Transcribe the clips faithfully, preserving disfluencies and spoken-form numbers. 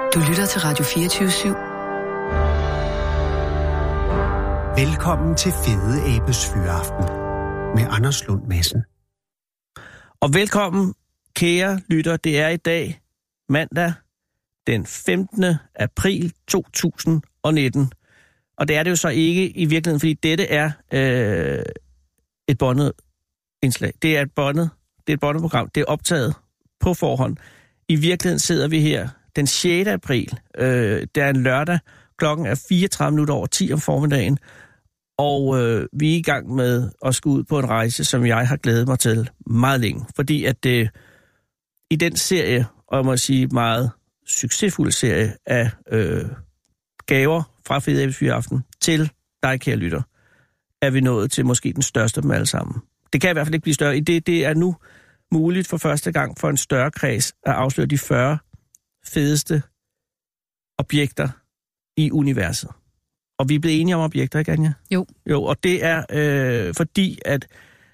Du lytter til Radio fireogtyve syv. Velkommen til Fede Abes Fyraften med Anders Lund Madsen. Og velkommen, kære lytter. Det er i dag mandag den femtende april to tusind og nitten. Og det er det jo så ikke i virkeligheden, fordi dette er øh, et båndet indslag. Det er et båndet, det er et båndet program. Det er optaget på forhånd. I virkeligheden sidder vi her den sjette april. Øh, det er en lørdag. Klokken er fireogtredive minutter over ti om formiddagen. Og øh, vi er i gang med at skulle ud på en rejse, som jeg har glædet mig til meget længe. Fordi at øh, i den serie, og jeg må sige meget succesfuld serie af øh, gaver fra Fede Abes Fyraften til dig, kære lytter, er vi nået til måske den største af dem alle sammen. Det kan i hvert fald ikke blive større. I det, det er nu muligt for første gang for en større kreds at afsløre de fyrre fedeste objekter i universet. Og vi er blevet enige om objekter, ikke Anja? Jo. Jo, og det er øh, fordi, at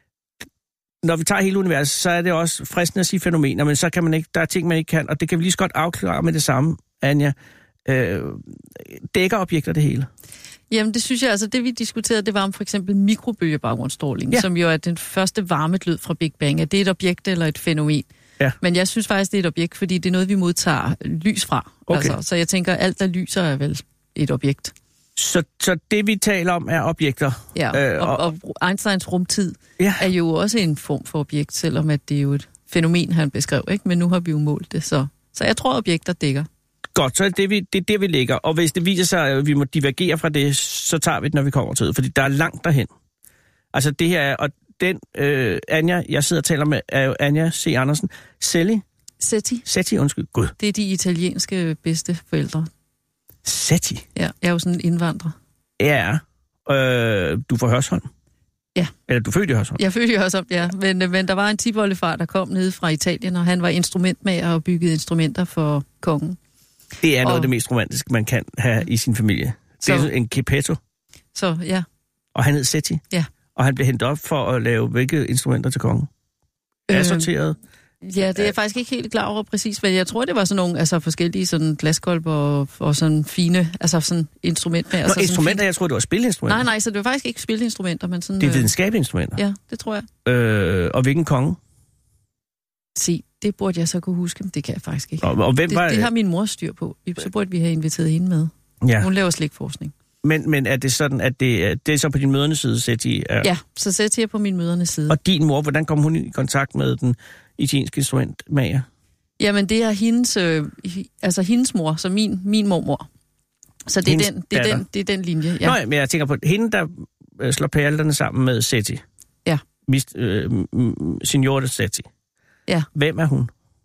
når vi tager hele universet, så er det også fristende at sige fænomener, men så kan man ikke, der er ting, man ikke kan, og det kan vi lige så godt afklare med det samme, Anja. Øh, dækker objekter det hele? Jamen, det synes jeg, altså det vi diskuterede, det var om for eksempel mikrobølgebaggrundsstråling, ja. Som jo er den første varmeglød fra Big Bang. Er det et objekt eller et fænomen? Ja. Men jeg synes faktisk, det er et objekt, fordi det er noget, vi modtager lys fra. Okay. Altså, så jeg tænker, alt der lyser er vel et objekt. Så, så det, vi taler om, er objekter? Ja, øh, og, og, og Einsteins rumtid ja. Er jo også en form for objekt, selvom at det er jo et fænomen, han beskrev, ikke? Men nu har vi jo målt det, så, så jeg tror, objekter dækker. Godt, så er det, vi, det er det, vi ligger. Og hvis det viser sig, at vi må divergere fra det, så tager vi det, når vi kommer til det, fordi der er langt derhen. Altså det her er, og den øh, Anja, jeg sidder og taler med, er jo Anja C. Andersen. Selli? Setti. Setti, undskyld. Gud. Det er de italienske bedste forældre. Setti? Ja, jeg er jo sådan en indvandrer. Ja, øh, du er fra Hørsholm? Ja. Eller du er født i Hørsholm? Jeg er født i Hørsholm, ja. Men, men der var en tipoldefar, der kom ned fra Italien, og han var instrumentmager og byggede instrumenter for kongen. Det er noget og, af det mest romantiske, man kan have i sin familie. Det så, er en Geppetto. Så, ja. Og han hed Setti? Ja. Og han blev hentet op for at lave hvilke instrumenter til kongen? Øh, Assorteret? Ja, det er jeg faktisk ikke helt klar over præcis, men jeg tror, det var sådan nogle altså forskellige sådan glaskolber og, og sådan fine, altså sådan instrumenter. Nå, altså instrumenter? Jeg tror det var spilinstrumenter. Nej, nej, så det var faktisk ikke spilinstrumenter, men sådan... Det er videnskabelige instrumenter? Ja, det tror jeg. Øh, og hvilken konge? Se, det burde jeg så kunne huske, men det kan jeg faktisk ikke. Og, og hvem det, var... det har min mor styr på. Så burde vi have inviteret hende med. Ja. Hun laver slikforskning. Men, men er det sådan, at det, det er så på din mødernes side, Setti? Er... Ja, så Setti er på min mødernes side. Og din mor, hvordan kom hun i kontakt med den italienske instrumentmager? Jamen, det er hendes, øh, altså hendes mor, så min, min mormor. Så det er, den, det, er den, det er den linje, ja. Nå ja, men jeg tænker på hende, der øh, slår pærlerne sammen med Setti. Ja. Mist, øh, Signore Setti. Ja. Hvem er hun?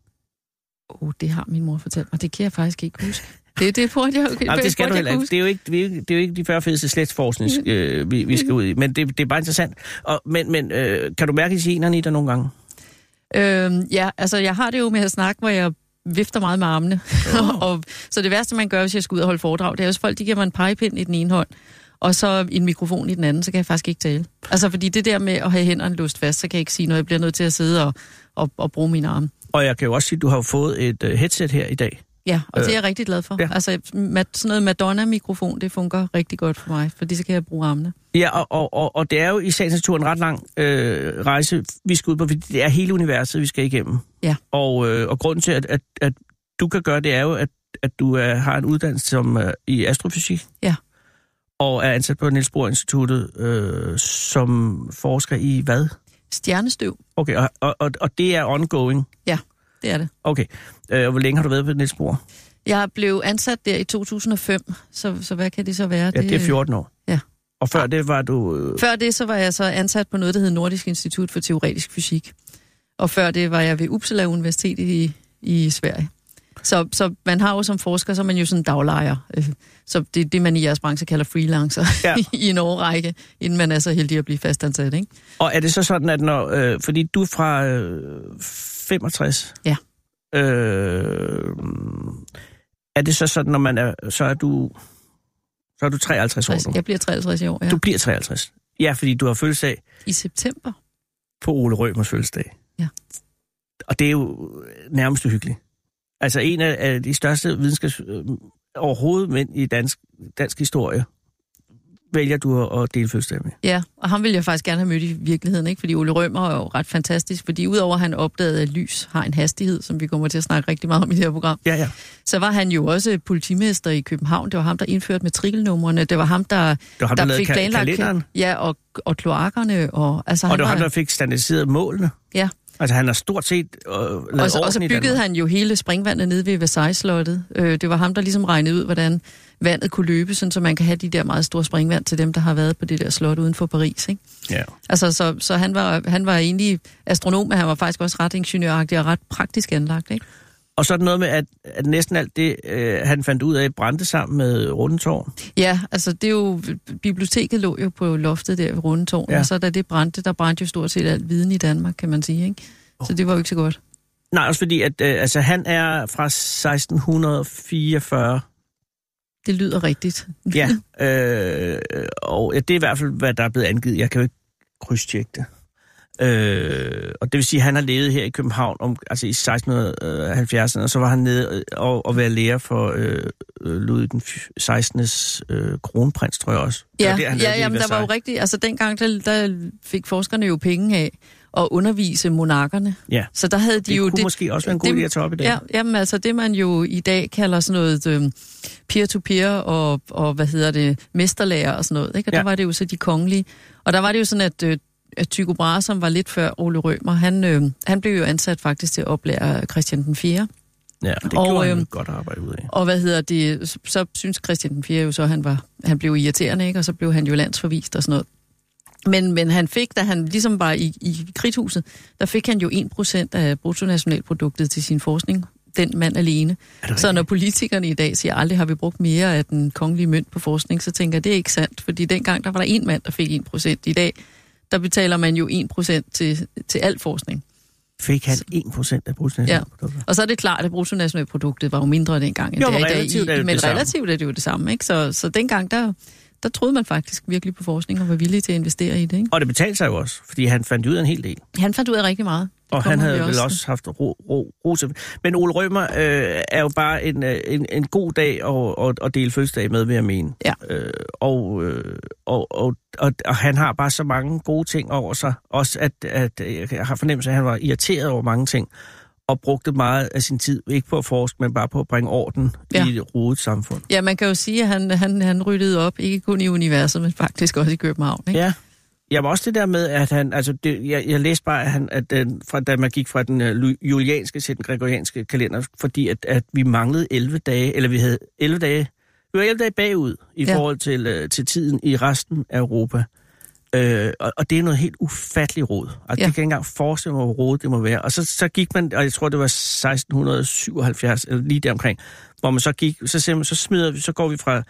Åh, oh, det har min mor fortalt mig. Det kan jeg faktisk ikke huske. Det, det burde jeg jo Jamen, det skal du heller ikke. Det er jo ikke, det er jo ikke de fyrre fedeste slægtsforskning, øh, vi, vi skal ud i. Men det, det er bare interessant. Og, men men øh, kan du mærke italienerne i dig nogle gange? Øhm, ja, altså jeg har det jo med at snakke, hvor jeg vifter meget med armene. Oh. og, så det værste, man gør, hvis jeg skal ud og holde foredrag, det er også folk, de giver mig en pegepind i den ene hånd, og så en mikrofon i den anden, så kan jeg faktisk ikke tale. Altså fordi det der med at have hænderne låst fast, så kan jeg ikke sige noget. Jeg bliver nødt til at sidde og, og, og bruge mine arme. Og jeg kan jo også sige, at du har fået et uh, headset her i dag. Ja, og det er jeg rigtig glad for. Ja. Altså sådan noget Madonna-mikrofon, det fungerer rigtig godt for mig, fordi så kan jeg bruge armene. Ja, og, og, og, og det er jo i sagens natur en ret lang øh, rejse, vi skal ud på, fordi det er hele universet, vi skal igennem. Ja. Og, øh, og grunden til, at, at, at du kan gøre det, er jo, at, at du er, har en uddannelse som, øh, i astrofysik. Ja. Og er ansat på Niels Bohr Instituttet øh, som forsker i hvad? Stjernestøv. Okay, og, og, og, og det er ongoing? Ja. Det er det. Okay. Øh, hvor længe har du været på Niels Bohr? Jeg blev ansat der i to tusind og fem, så, så hvad kan det så være? Ja, det er fjorten år. Ja. Og før det var du... Øh... Før det så var jeg så ansat på noget, der hed Nordisk Institut for Teoretisk Fysik. Og før det var jeg ved Uppsala Universitet i, i Sverige. Så, så man har jo som forsker, så er man jo sådan daglejer. Så det er det, man i jeres branche kalder freelancer ja. i en årrække, inden man er så heldig at blive fastansat, ikke? Og er det så sådan, at når... Øh, fordi du er fra øh, femogtres... Ja. Øh, er det så sådan, når man er... Så er du... Så er du treoghalvtreds år nu? Jeg bliver treoghalvtreds i år, ja. Du bliver treoghalvtreds? Ja, fordi du har fødselsdag... I september. På Ole Rømers fødselsdag. Ja. Og det er jo nærmest uhyggeligt. Altså en af, af de største videnskabs øh, overhovedet mænd i dansk, dansk historie, vælger du at dele fødselsdag med. Ja, og ham ville jeg faktisk gerne have mødt i virkeligheden, ikke? Fordi Ole Rømer er jo ret fantastisk, fordi udover at han opdagede, at lys har en hastighed, som vi kommer til at snakke rigtig meget om i det her program, ja, ja. så var han jo også politimester i København. Det var ham, der indførte matrikelnumrene. Det var ham, der, det var ham, der, der fik planlagt kalenderen. Ja, og, og kloakkerne. Og, altså, og det var var ham, der fik standardiseret målene. Ja. Altså han har stort set øh, lavet og så, og så byggede han jo hele springvandet nede ved Versailles-slottet. Øh, det var ham, der ligesom regnede ud, hvordan vandet kunne løbe, sådan, så man kan have de der meget store springvand til dem, der har været på det der slot uden for Paris. Ikke? Ja. Altså, så, så han, var, han var egentlig astronom, men han var faktisk også ret ingeniøragtig og ret praktisk anlagt. Ikke? Og så er det noget med, at, at næsten alt det, øh, han fandt ud af, brændte sammen med Rundetårn. Ja, altså det er jo, biblioteket lå jo på loftet der ved Rundetårn, ja. Og så da det brændte, der brændte jo stort set alt viden i Danmark, kan man sige. Ikke? Så det var jo ikke så godt. Nej, også fordi, at øh, altså, han er fra seksten fireogfyrre. Det lyder rigtigt. Ja, øh, og ja, det er i hvert fald, hvad der er blevet angivet. Jeg kan jo ikke krydstjekke det. Øh, og det vil sige, at han har levet her i København om, altså i seksten halvfjerdserne, og så var han nede og, og være lærer for øh, Ludvig den sekstende Øh, kronprins, tror jeg også. Ja, det, han ja jamen, der var jo rigtigt, altså dengang, der, der fik forskerne jo penge af at undervise monarkerne. Ja, så der havde de det jo, kunne det, måske også være en god idé at tage op i dag. Ja, jamen altså det, man jo i dag kalder sådan noget øh, peer-to-peer og, og hvad hedder det, mesterlærer og sådan noget, ikke? Og ja. Der var det jo så de kongelige. Og der var det jo sådan, at øh, at Tycho Brahe, som var lidt før Ole Rømer, han, øh, han blev jo ansat faktisk til at oplære Christian den fjerde. Ja, det og, gjorde han øh, godt arbejde ud af. Og hvad hedder det, så, så synes Christian den fjerde jo så, han var, han blev irriterende, ikke? Og så blev han jo landsforvist og sådan noget. Men, men han fik, da han ligesom var i, i krigshuset, der fik han jo en procent af bruttonationalproduktet til sin forskning. Den mand alene. Så når politikerne i dag siger, aldrig har vi brugt mere af den kongelige mønt på forskning, så tænker jeg, det er ikke sandt. Fordi dengang, der var der en mand, der fik en procent. I dag, der betaler man jo en procent til, til al forskning. Fik han en procent af bruttonationalproduktet? Ja. Og så er det klart, at bruttonationalproduktet var jo mindre dengang, end jo, det er i dag. Relativt er det men det relativt er det jo det samme, ikke? Så, så dengang, der, der troede man faktisk virkelig på forskning og var villig til at investere i det, ikke? Og det betalte sig jo også, fordi han fandt ud af en hel del. Han fandt ud af rigtig meget. Og han havde vel også, også haft ro, ro, ro til. Men Ole Rømer øh, er jo bare en, en, en god dag at, at, at dele fødselsdag med, vil jeg mene. Ja. Øh, og, øh, og, og, og, og han har bare så mange gode ting over sig. Også at, at jeg har fornemmelse, at han var irriteret over mange ting. Og brugte meget af sin tid, ikke på at forske, men bare på at bringe orden ja. i et rodet samfund. Ja, man kan jo sige, at han, han, han ryddede op, ikke kun i universet, men faktisk også i København, ikke? Ja. Jeg var også det der med, at han, altså det, jeg, jeg læste bare, at, han, at den, fra, da man gik fra den uh, julianske til den gregorianske kalender, fordi at, at vi manglede elleve dage, eller vi havde elleve dage, vi var elleve dage bagud i ja. forhold til, uh, til tiden i resten af Europa. Uh, og, og det er noget helt ufatteligt rod. Altså, ja. Det kan ikke engang forestille mig, hvor rodet det må være. Og så, så gik man, og jeg tror, det var seksten syvoghalvfjerds, eller lige deromkring, hvor man så gik, så, så, så smider vi, så går vi fra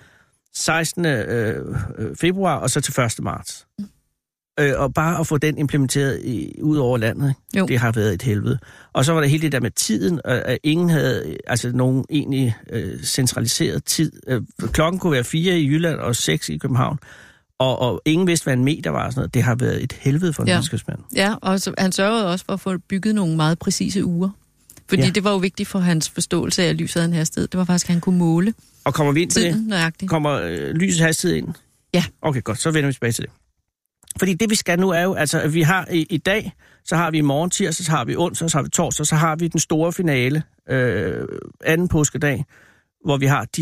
sekstende februar og så til første marts. Mm. Øh, og bare at få den implementeret i, ud over landet, det har været et helvede. Og så var der hele det der med tiden, at ingen havde altså nogen egentlig øh, centraliseret tid. Øh, klokken kunne være fire i Jylland og seks i København, og, og ingen vidste, hvad en meter var. Sådan noget. Det har været et helvede for en ja. videnskabsmand. Ja, og så, han sørgede også for at få bygget nogle meget præcise uger. Fordi ja. det var jo vigtigt for hans forståelse af, at lyset havde en hastighed. Det var faktisk, at han kunne måle. Og kommer vi ind til tiden, det? Nøjagtigt. Kommer øh, lysets hastighed ind? Ja. Okay, godt. Så vender vi tilbage til det. Fordi det, vi skal nu, er jo, altså, at vi har i, i dag, så har vi i morgen tirsdag, så har vi onsdag, så har vi torsdag, så har vi den store finale, øh, anden påskedag, hvor vi har de,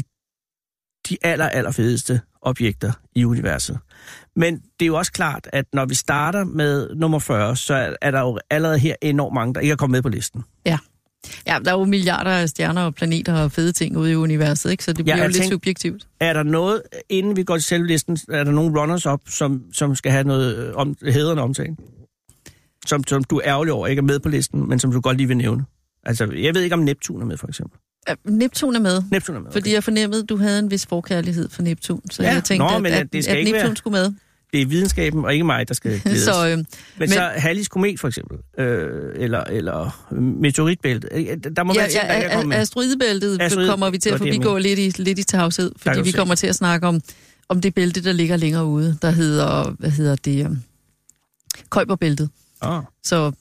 de aller, aller fedeste objekter i universet. Men det er jo også klart, at når vi starter med nummer fyrre, så er, er der jo allerede her enormt mange, der ikke er kommet med på listen. Ja. Ja, der er jo milliarder af stjerner og planeter og fede ting ude i universet, ikke? Så det bliver ja, jo lidt tænker, subjektivt. Er der noget, inden vi går til selve listen, er der nogle runners-up, som, som skal have noget om, hædrende omtale? Som, som du er ærgerlig over, ikke er med på listen, men som du godt lige vil nævne? Altså, jeg ved ikke, om Neptun er med, for eksempel. Ja, Neptun er med. Neptun er med, okay. Fordi jeg fornemmede, at du havde en vis forkærlighed for Neptun, så ja, jeg tænkte, nå, men at, at, det skal at ikke Neptun være... skulle med. Det er videnskaben, og ikke mig, der skal glædes. så, øh, men, men så Halleys komet, for eksempel, øh, eller, eller meteoritbæltet. Der må ja, være ting, der ikke er kommet med. Asteroidebæltet Asteroid, kommer vi til at forbigå lidt i, lidt i tavshed, fordi vi kommer til at snakke om, om det bælte, der ligger længere ude, der hedder, hvad hedder det, um, Kuiperbæltet. Ah. Så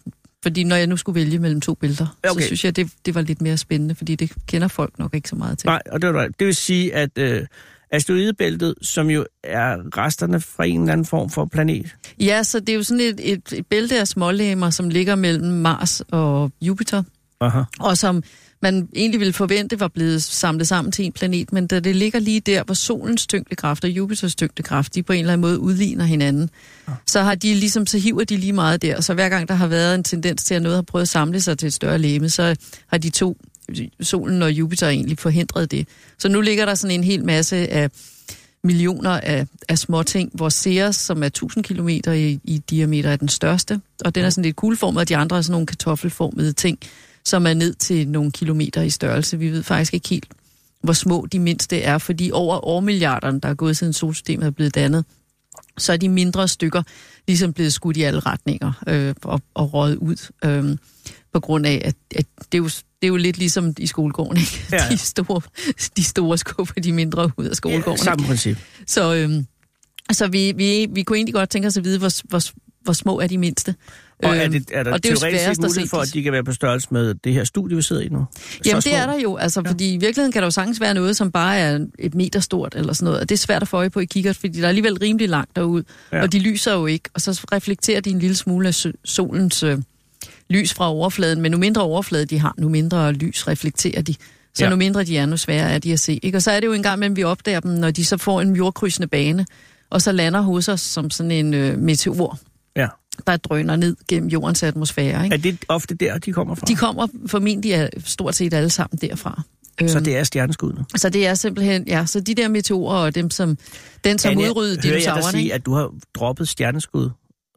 Fordi når jeg nu skulle vælge mellem to billeder, okay. så synes jeg, det, det var lidt mere spændende, fordi det kender folk nok ikke så meget til. Nej, og det, var, det vil sige, at øh, asteroidebæltet, som jo er resterne fra en eller anden form for planet. Ja, så det er jo sådan et, et, et bælte af smålegemer, som ligger mellem Mars og Jupiter. Aha. Og som man egentlig ville forvente var blevet samlet sammen til en planet, men da det ligger lige der, hvor solens tyngdekraft og Jupiters tyngdekraft, de på en eller anden måde udligner hinanden, ja. så har de ligesom, så hiver de lige meget der. Så hver gang der har været en tendens til, at noget har prøvet at samle sig til et større legeme, så har de to, solen og Jupiter, egentlig forhindret det. Så nu ligger der sådan en hel masse af millioner af, af små ting, hvor Ceres, som er tusind kilometer i, i diameter, er den største, og den ja. er sådan lidt kugleformet, og de andre er sådan nogle kartoffelformede ting, som er ned til nogle kilometer i størrelse. Vi ved faktisk ikke helt, hvor små de mindste er, fordi over årmilliarderne, der er gået siden solsystemet er blevet dannet, så er de mindre stykker ligesom blevet skudt i alle retninger øh, og, og røget ud, øh, på grund af, at, at det, er jo, det er jo lidt ligesom i skolegården, ikke? Ja. De, store, de store skuffer de mindre ud af skolegården. Ja, samme princip. Så, øh, så vi, vi, vi kunne egentlig godt tænke os at vide, hvor, hvor, hvor små er de mindste. Og er, det, er der teoretisk mulighed for, at de kan være på størrelse med det her studie, vi sidder i nu? Jamen det er der jo, altså, ja. fordi i virkeligheden kan der jo sagtens være noget, som bare er et meter stort eller sådan noget, og det er svært at få øje på i kikkert, fordi der er alligevel rimelig langt derud, ja. og de lyser jo ikke, og så reflekterer de en lille smule af solens øh, lys fra overfladen, men nu mindre overflade de har, nu mindre lys reflekterer de, så ja. nu mindre de er, nu sværere er de at se. Ikke? Og så er det jo en gang mellem, vi opdager dem, når de så får en jordkrydsende bane, og så lander hos os som sådan en øh, meteor. Ja. Der drøner ned gennem jordens atmosfære. Ikke? Er det ofte der, de kommer fra? De kommer formentlig stort set alle sammen derfra. Så det er stjerneskuddene? Så det er simpelthen, ja, så de der meteorer og dem, som, den som Anja, udryddede dinosaurerne. Hører jeg dig sige, at du har droppet stjerneskud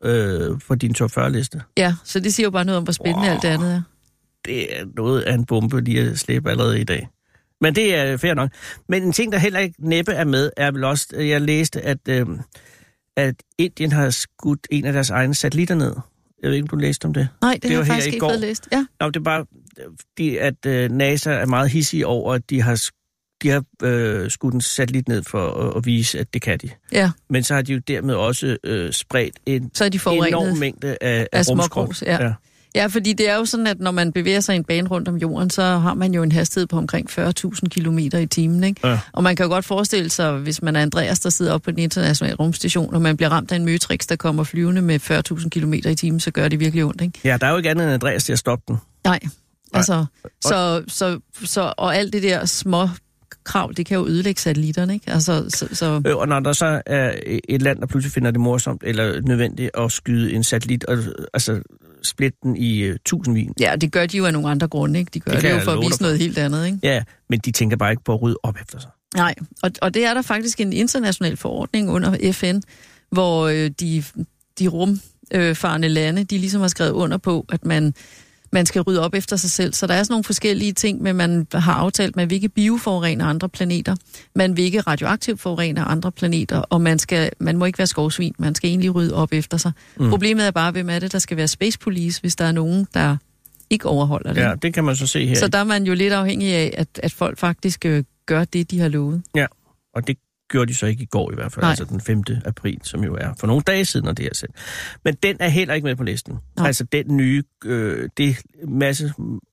øh, på din top fyrre-liste? Ja, så det siger jo bare noget om, hvor spændende wow. alt det andet er. Det er noget af en bombe, lige at slippe allerede i dag. Men det er fair nok. Men en ting, der heller ikke næppe er med, er vel også, jeg læste, at... Øh, at Indien har skudt en af deres egne satellitter ned. Jeg ved ikke, om du læste om det. Nej, det, det har jeg faktisk ikke fået læst. Ja. Nå, det er bare, fordi at uh, NASA er meget hissige over, at de har, de har uh, skudt en satellit ned for at, at vise, at det kan de. Ja. Men så har de jo dermed også uh, spredt en så er de enorm mængde af, af, af rumskrot. Ja. Ja. Ja, fordi det er jo sådan, at når man bevæger sig en bane rundt om jorden, så har man jo en hastighed på omkring fyrre tusind kilometer i timen, ikke? Ja. Og man kan jo godt forestille sig, hvis man er Andreas, der sidder oppe på den internationale rumstation, og man bliver ramt af en Matrix, der kommer flyvende med fyrre tusind kilometer i timen, så gør det virkelig ondt, ikke? Ja, der er jo ikke andet end Andreas til at stoppe den. Nej, altså, så, så, så, og alt det der små krav, det kan jo ødelægge satellitterne, ikke? Altså, så, så... Øh, og når der så er et land, der pludselig finder det morsomt eller nødvendigt at skyde en satellit, og, altså splitte den i uh, tusindvis. Ja, det gør de jo af nogle andre grunde, ikke? De gør det, det jo for at vise noget helt andet, ikke? Ja, men de tænker bare ikke på at rydde op efter sig. Nej, og, og det er der faktisk en international forordning under F N, hvor øh, de, de rumfarende lande, de ligesom har skrevet under på, at man man skal rydde op efter sig selv. Så der er sådan nogle forskellige ting, men man har aftalt, at man vil ikke bioforurene andre planeter, man vil ikke radioaktivt forurene andre planeter, og man, skal, man må ikke være skovsvin, man skal egentlig rydde op efter sig. Mm. Problemet er bare, hvem er det, der skal være space police, hvis der er nogen, der ikke overholder det. Ja, det kan man så se her. Så der er man jo lidt afhængig af, at, at folk faktisk øh, gør det, de har lovet. Ja, og det gjorde de så ikke i går i hvert fald, Nej. altså den femte april, som jo er for nogle dage siden, når det er sendt. Men den er heller ikke med på listen. Nej. Altså den nye, øh, det masse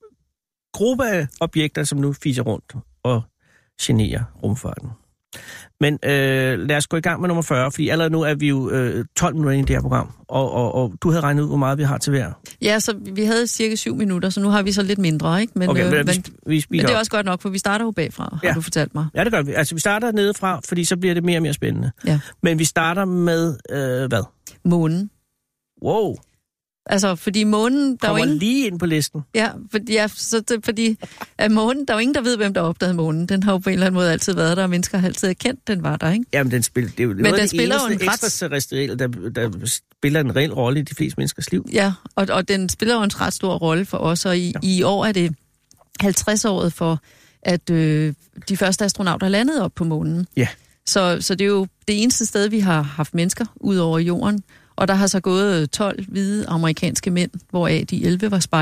gruppe af objekter, som nu fiser rundt og generer rumfarten. Men øh, lad os gå i gang med nummer fyrre, fordi allerede nu er vi jo øh, tolv minutter inde i det her program, og, og, og du havde regnet ud, hvor meget vi har til hver. Ja, så vi havde cirka syv minutter, så nu har vi så lidt mindre, ikke? Men, okay, øh, men, vi, vi men det er også godt nok, for vi starter jo bagfra, ja. Har du fortalt mig. Ja, det gør vi. Altså, vi starter nedefra, fordi så bliver det mere og mere spændende. Ja. Men vi starter med, øh, hvad? Månen. Wow. Altså, fordi månen... Der kommer ingen... lige ind på listen. Ja, for, ja så det, fordi at månen, der er jo ingen, der ved, hvem der opdagede månen. Den har jo på en eller anden måde altid været der, og mennesker har altid kendt, den var der, ikke? Jamen, den spiller, det er jo Men den spiller jo en ret... ekstraterrestriel, der, der spiller en reel rolle i de fleste menneskers liv. Ja, og, og den spiller jo en ret stor rolle for os, og i, ja. i år er det halvtreds-året for, at øh, de første astronauter landede op på månen. Ja. Så, så det er jo det eneste sted, vi har haft mennesker ud over jorden. Og der har så gået tolv hvide amerikanske mænd, hvoraf de elleve var spejdere.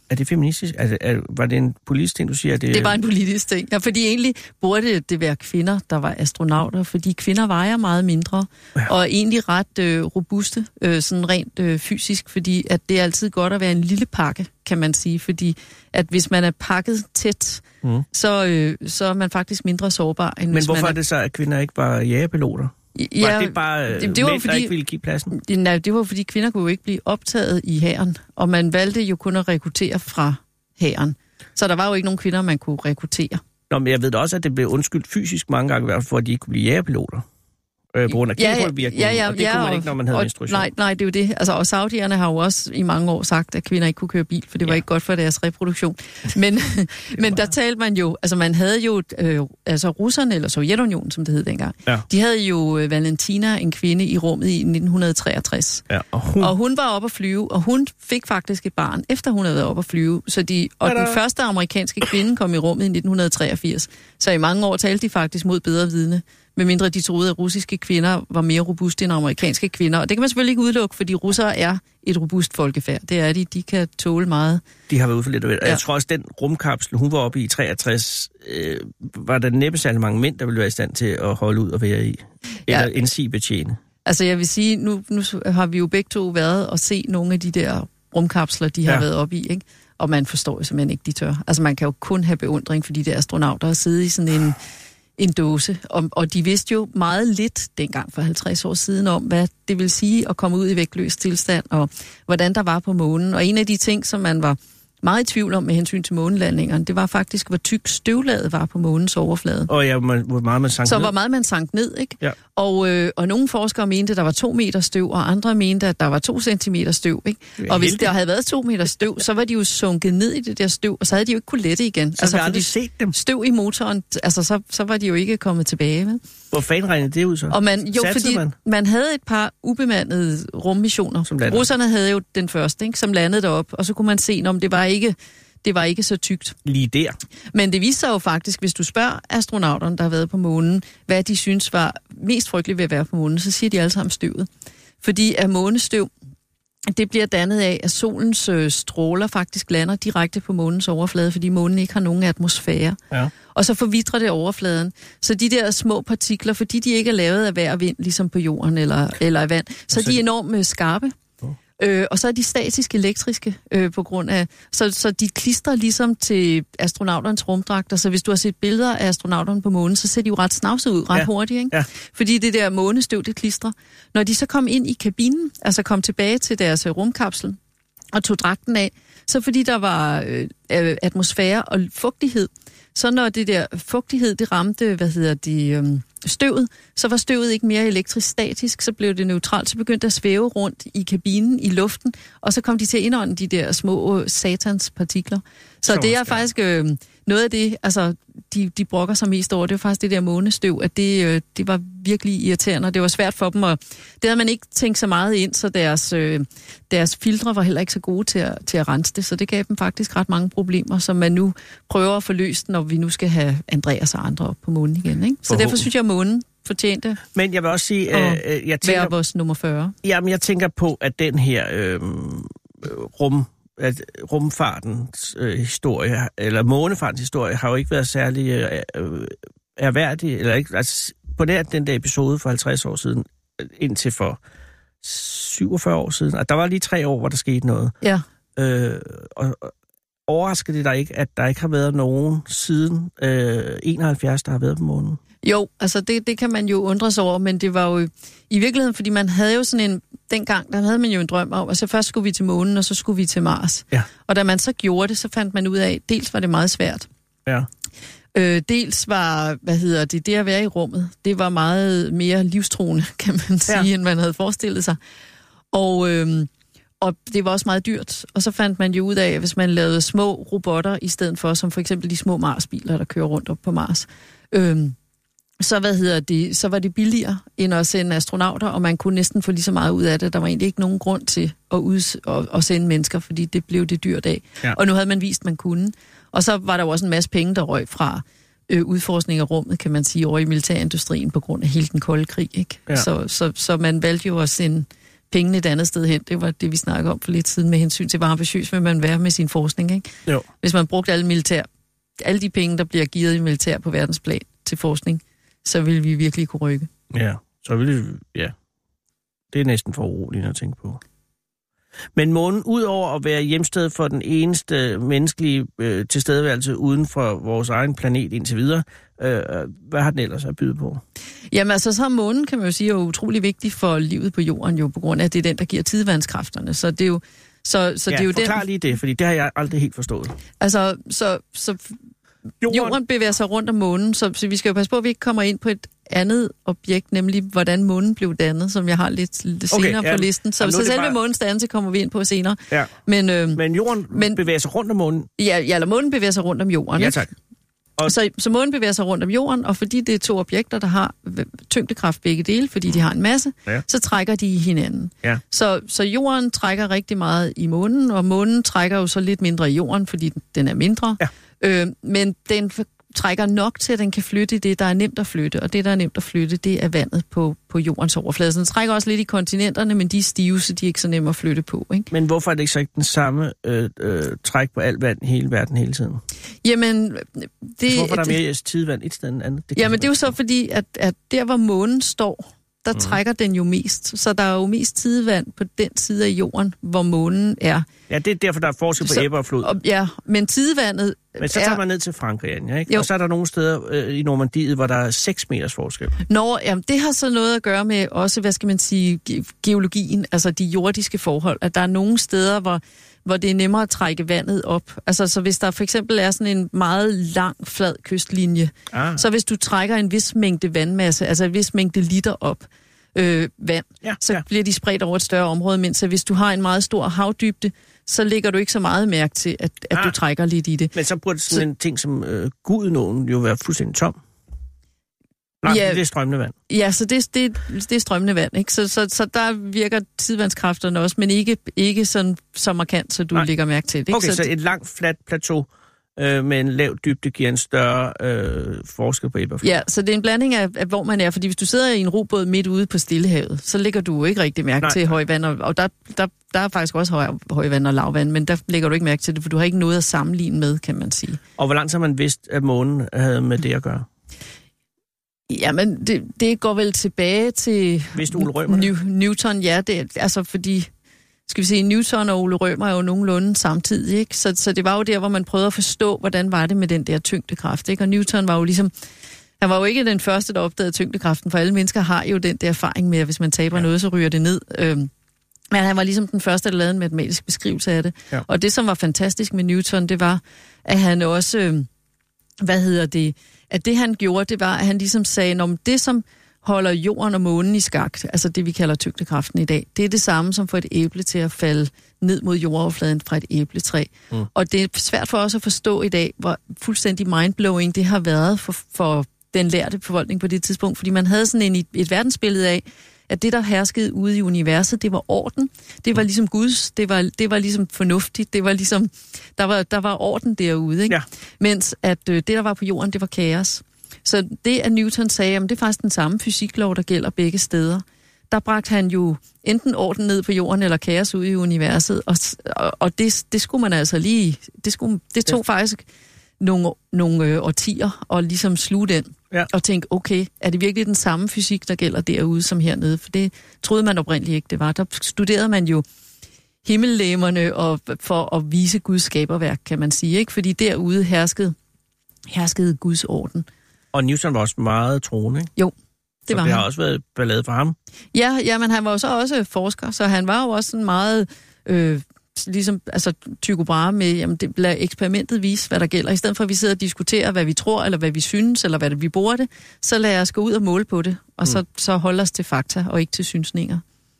Er det feministisk? Er det, er, var det en politisk ting, du siger? Det, det var en politisk ting. Ja, fordi egentlig burde det være kvinder, der var astronauter, fordi kvinder vejer meget mindre, ja. Og er egentlig ret øh, robuste, øh, sådan rent øh, fysisk, fordi at det er altid godt at være en lille pakke, kan man sige, fordi at hvis man er pakket tæt, mm. så, øh, så er man faktisk mindre sårbar. End Men hvis hvorfor man er... er det så, at kvinder ikke var jagerpiloter? Ja, var det bare det, det var mænd, fordi, der ikke ville give pladsen? Det, nej, det var fordi kvinder kunne jo ikke blive optaget i hæren, og man valgte jo kun at rekruttere fra hæren. Så der var jo ikke nogen kvinder, man kunne rekruttere. Nå, men jeg ved da også, at det blev undskyldt fysisk mange gange, i hvert fald, for at de ikke kunne blive jagerpiloter. Øh, på grund af genpåvirkningen, ja, ja, ja, og det ja, kunne man og, ikke, når man havde og, instruktion. Nej, nej, det er jo det. Altså, og saudierne har jo også i mange år sagt, at kvinder ikke kunne køre bil, for det var ja. ikke godt for deres reproduktion. Men, men der talte man jo, altså man havde jo, øh, altså russerne, eller Sovjetunionen, som det hed dengang, ja. de havde jo øh, Valentina, en kvinde, i rummet i nitten treogtres. Ja, og, hun... og hun var oppe at flyve, og hun fik faktisk et barn, efter hun havde været oppe at flyve. Så de, og den første amerikanske kvinde kom i rummet i nitten treogfirs. Så i mange år talte de faktisk mod bedre vidne. Medmindre de troede, at russiske kvinder var mere robuste end amerikanske kvinder. Og det kan man selvfølgelig ikke udelukke, fordi russere er et robust folkefærd. Det er de. De kan tåle meget. De har været ude for lidt. Og ja. Jeg tror også, den rumkapsel, hun var oppe i treogtres, øh, var der næppe særlig mange mænd, der ville være i stand til at holde ud og være i. Eller ja. en sig-betjene. Altså jeg vil sige, nu, nu har vi jo begge to været og se nogle af de der rumkapsler, de har ja. været oppe i, ikke? Og man forstår jo simpelthen ikke, de tør. Altså man kan jo kun have beundring for de der astronauter og sidde i sådan en... en dåse, og, og de vidste jo meget lidt dengang for halvtreds år siden om, hvad det vil sige at komme ud i vægtløs tilstand, og hvordan der var på månen. Og en af de ting, som man var meget i tvivl om med hensyn til månelandingerne, det var faktisk, hvor tyk støvlaget var på månens overflade. Og ja, hvor meget man sank Så ned. hvor meget man sank ned, ikke? Ja. Og, øh, og nogle forskere mente, at der var to meter støv, og andre mente, at der var to centimeter støv, ikke? Og hvis der havde været to meter støv, så var de jo sunket ned i det der støv, og så havde de jo ikke kunne lette igen. Så altså, vi aldrig set dem. Støv i motoren, altså så, så var de jo ikke kommet tilbage, vel? Hvor fanden regnede det ud så? Og man, jo, Satsede fordi man? man havde et par ubemandede rummissioner. Russerne havde jo den første, ikke, som landede derop, og så kunne man se, om det var ikke... Det var ikke så tykt. Lige der. Men det viser jo faktisk, hvis du spørger astronauterne, der har været på månen, hvad de synes var mest frygteligt ved at være på månen, så siger de alle sammen støvet. Fordi at månestøv, det bliver dannet af, at solens øh, stråler faktisk lander direkte på månens overflade, fordi månen ikke har nogen atmosfære. Ja. Og så forvitrer det overfladen. Så de der små partikler, fordi de ikke er lavet af vejr og vind, ligesom på jorden eller, eller af vand, så, så de er enormt øh, skarpe. Øh, og så er de statisk elektriske øh, på grund af... Så, så de klistrer ligesom til astronauternes rumdragter, så hvis du har set billeder af astronauterne på månen, så ser de jo ret snavset ud, ret ja. hurtigt, ikke? Ja. Fordi det der månestøv, det klistrer. Når de så kom ind i kabinen, altså kom tilbage til deres rumkapsel og tog dragten af, så fordi der var øh, atmosfære og fugtighed, så når det der fugtighed, det ramte, hvad hedder det... Øh, støvet, så var støvet ikke mere elektrisk statisk, så blev det neutralt, så begyndte det at svæve rundt i kabinen, i luften, og så kom de til at indånde de der små satans partikler. Så, så det er faktisk øh, noget af det, altså de, de brokker sig mest over, det var faktisk det der månestøv, at det, øh, det var virkelig irriterende, og det var svært for dem, og det havde man ikke tænkt så meget ind, så deres, øh, deres filtre var heller ikke så gode til at, til at rense det, så det gav dem faktisk ret mange problemer, som man nu prøver at få løst, når vi nu skal have Andreas og andre op på månen igen, ikke? Så derfor synes jeg, at månen fortjente. Men jeg vil også sige, at øh, jeg tænker, være vores nummer fyrre. Jamen, jeg tænker på, at den her øh, rum, at rumfartens øh, historie, eller månefartens historie, har jo ikke været særlig øh, erhverdig, eller ikke, altså på nær den der episode for halvtreds år siden, indtil for syvogfyrre år siden, og der var lige tre år, hvor der skete noget. Ja. Øh, og, og overrasker det dig ikke, at der ikke har været nogen siden øh, enoghalvfjerds, der har været på månen? Jo, altså det, det kan man jo undre sig over, men det var jo i virkeligheden, fordi man havde jo sådan en, dengang, der havde man jo en drøm om, at så først skulle vi til månen, og så skulle vi til Mars. Ja. Og da man så gjorde det, så fandt man ud af, dels var det meget svært. Ja. Øh, dels var, hvad hedder det, det at være i rummet, det var meget mere livstruende, kan man sige, ja. end man havde forestillet sig. Og... Øh, Og det var også meget dyrt. Og så fandt man jo ud af, at hvis man lavede små robotter i stedet for, som for eksempel de små Mars-biler, der kører rundt op på Mars, øhm, så, hvad hedder det, så var det billigere end at sende astronauter, og man kunne næsten få lige så meget ud af det. Der var egentlig ikke nogen grund til at, ud, at, at sende mennesker, fordi det blev det dyrt af. Ja. Og nu havde man vist, at man kunne. Og så var der jo også en masse penge, der røg fra øh, udforskning af rummet, kan man sige, over i militærindustrien på grund af hele den kolde krig. Ikke? Ja. Så, så, så man valgte jo at sende pengene et andet sted hen. Det var det, vi snakkede om for lidt siden med hensyn til, hvor ambitiøs vil man være med sin forskning, ikke? Jo. Hvis man brugte alle militær, alle de penge, der bliver givet i militær på verdensplan til forskning, så vil vi virkelig kunne rykke. Ja, så vil vi, ja. Det er næsten for uroligt at tænke på. Men månen, udover at være hjemsted for den eneste menneskelige øh, tilstedeværelse uden for vores egen planet indtil videre, øh, hvad har den ellers at byde på? Jamen altså, så månen, kan man jo sige, er jo utrolig vigtig for livet på jorden, jo på grund af, at det er den, der giver tidevandskræfterne. Så det er jo så, så ja, det er jo forklar den... lige det, fordi det har jeg aldrig helt forstået. Altså, så, så jorden... jorden bevæger sig rundt om månen, så, så vi skal jo passe på, at vi ikke kommer ind på et andet objekt, nemlig hvordan månen blev dannet, som jeg har lidt, lidt senere okay, ja, på listen. Så, så selve bare... månens dannelse kommer vi ind på senere. Ja. Men, øh, men jorden men, bevæger sig rundt om månen? Ja, ja, eller månen bevæger sig rundt om jorden. Ja, tak. Og... Så, så månen bevæger sig rundt om jorden, og fordi det er to objekter, der har tyngdekraft begge dele, fordi de har en masse, ja. Så trækker de i hinanden. Ja. Så, så jorden trækker rigtig meget i månen, og månen trækker jo så lidt mindre i jorden, fordi den er mindre. Ja. Øh, men den trækker nok til, at den kan flytte det, der er nemt at flytte. Og det, der er nemt at flytte, det er vandet på, på jordens overflade. Så den trækker også lidt i kontinenterne, men de er stive, så de er ikke så nemme at flytte på. Ikke? Men hvorfor er det ikke så ikke den samme øh, øh, træk på alt vand i hele verden hele tiden? Jamen, det... Altså, hvorfor er der mere tidevand et sted end andet? Det jamen, det er jo så fordi, at, at der, hvor månen står, der mm. trækker den jo mest. Så der er jo mest tidevand på den side af jorden, hvor månen er. Ja, det er derfor, der er forskel på ebbe og flod. Og, ja, men tidevandet Men så tager er... man ned til Frankrig, ja, ikke? Jo. Og så er der nogle steder øh, i Normandiet, hvor der er seks meters forskel. Nå, jamen, det har så noget at gøre med også, hvad skal man sige, ge- geologien, altså de jordiske forhold. At der er nogle steder, hvor, hvor det er nemmere at trække vandet op. Altså, så hvis der for eksempel er sådan en meget lang, flad kystlinje, ah. så hvis du trækker en vis mængde vandmasse, altså en vis mængde liter op, øh, vand, ja, så ja. bliver de spredt over et større område, mens hvis du har en meget stor havdybde, så lægger du ikke så meget mærke til, at, at ah. du trækker lidt i det. Men så burde sådan så... en ting som øh, Gudenåen jo være fuldstændig tom. Nej, ja, det er strømmende vand. Ja, så det, det, det er strømmende vand, ikke? Så, så, så der virker tidevandskræfterne også, men ikke, ikke sådan, så markant, så du Nej. lægger mærke til det. Ikke? Okay, så, så et langt, fladt plateau øh, med en lav dybde giver en større øh, forskel på ebbe og flod. Ja, så det er en blanding af, af, hvor man er. Fordi hvis du sidder i en robåd midt ude på Stillehavet, så lægger du ikke rigtig mærke Nej. til højvand. Og, og der, der, der er faktisk også høj, højvand og lavvand, men der lægger du ikke mærke til det, for du har ikke noget at sammenligne med, kan man sige. Og hvor langt har man vidst, at månen havde med det at gøre? Jamen, det, det går vel tilbage til New, Newton, ja. Det, altså, fordi, skal vi sige, Newton og Ole Rømer er jo nogenlunde samtidig, ikke? Så, så det var jo der, hvor man prøvede at forstå, hvordan var det med den der tyngdekraft, ikke? Og Newton var jo ligesom, han var jo ikke den første, der opdagede tyngdekraften, for alle mennesker har jo den der erfaring med, at hvis man taber ja. noget, så ryger det ned. Øhm, men han var ligesom den første, der lavede en matematisk beskrivelse af det. Ja. Og det, som var fantastisk med Newton, det var, at han også, øh, hvad hedder det, at det han gjorde, det var, at han ligesom sagde, om det som holder jorden og månen i skak, altså det vi kalder tyngdekraften i dag, det er det samme som for et æble til at falde ned mod jordoverfladen fra et æbletræ. Mm. Og det er svært for os at forstå i dag, hvor fuldstændig mindblowing det har været for, for den lærte befolkning på det tidspunkt, fordi man havde sådan en, et verdensbillede af, at det, der herskede ude i universet, det var orden. Det var ligesom Guds, det var, det var ligesom fornuftigt, det var ligesom, der var, der var orden derude, ikke? Ja. Mens at øh, det, der var på jorden, det var kaos. Så det, at Newton sagde, jamen, det er faktisk den samme fysiklov, der gælder begge steder. Der bragte han jo enten orden ned på jorden, eller kaos ud i universet, og, og, og det, det skulle man altså lige, det, skulle, det tog ja. faktisk nogle, nogle øh, årtier og ligesom sluge den. Ja. Og tænke, okay, er det virkelig den samme fysik, der gælder derude som hernede? For det troede man oprindeligt ikke, det var. Der studerede man jo himmellegemerne og for at vise Guds skaberværk, kan man sige, ikke? Fordi derude herskede, herskede Guds orden. Og Newton var også meget troende, ikke? Jo, det så var det han. har også været ballade for ham? Ja, ja, men han var jo så også forsker, så han var jo også sådan meget... Øh, ligesom, altså Tycho Brahe med, jamen det bliver eksperimentet vise, hvad der gælder. I stedet for, at vi sidder og diskuterer, hvad vi tror, eller hvad vi synes, eller hvad det, vi bruger det, så lad os gå ud og måle på det, og mm. så, så holde os til fakta, og ikke til synsninger.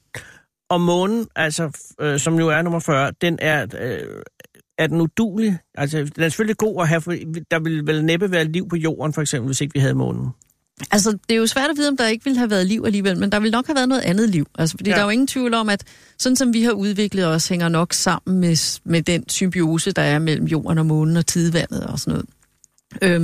Og månen, altså, øh, som jo er nummer fyrre, den er, øh, er den uduelig? Altså, den er selvfølgelig god at have, for der ville vel næppe være liv på jorden, for eksempel, hvis ikke vi havde månen. Altså, det er jo svært at vide, om der ikke ville have været liv alligevel, men der ville nok have været noget andet liv. Altså, fordi ja. der er jo ingen tvivl om, at sådan som vi har udviklet os, hænger nok sammen med, med den symbiose, der er mellem jorden og månen og tidevandet og sådan noget. Øhm,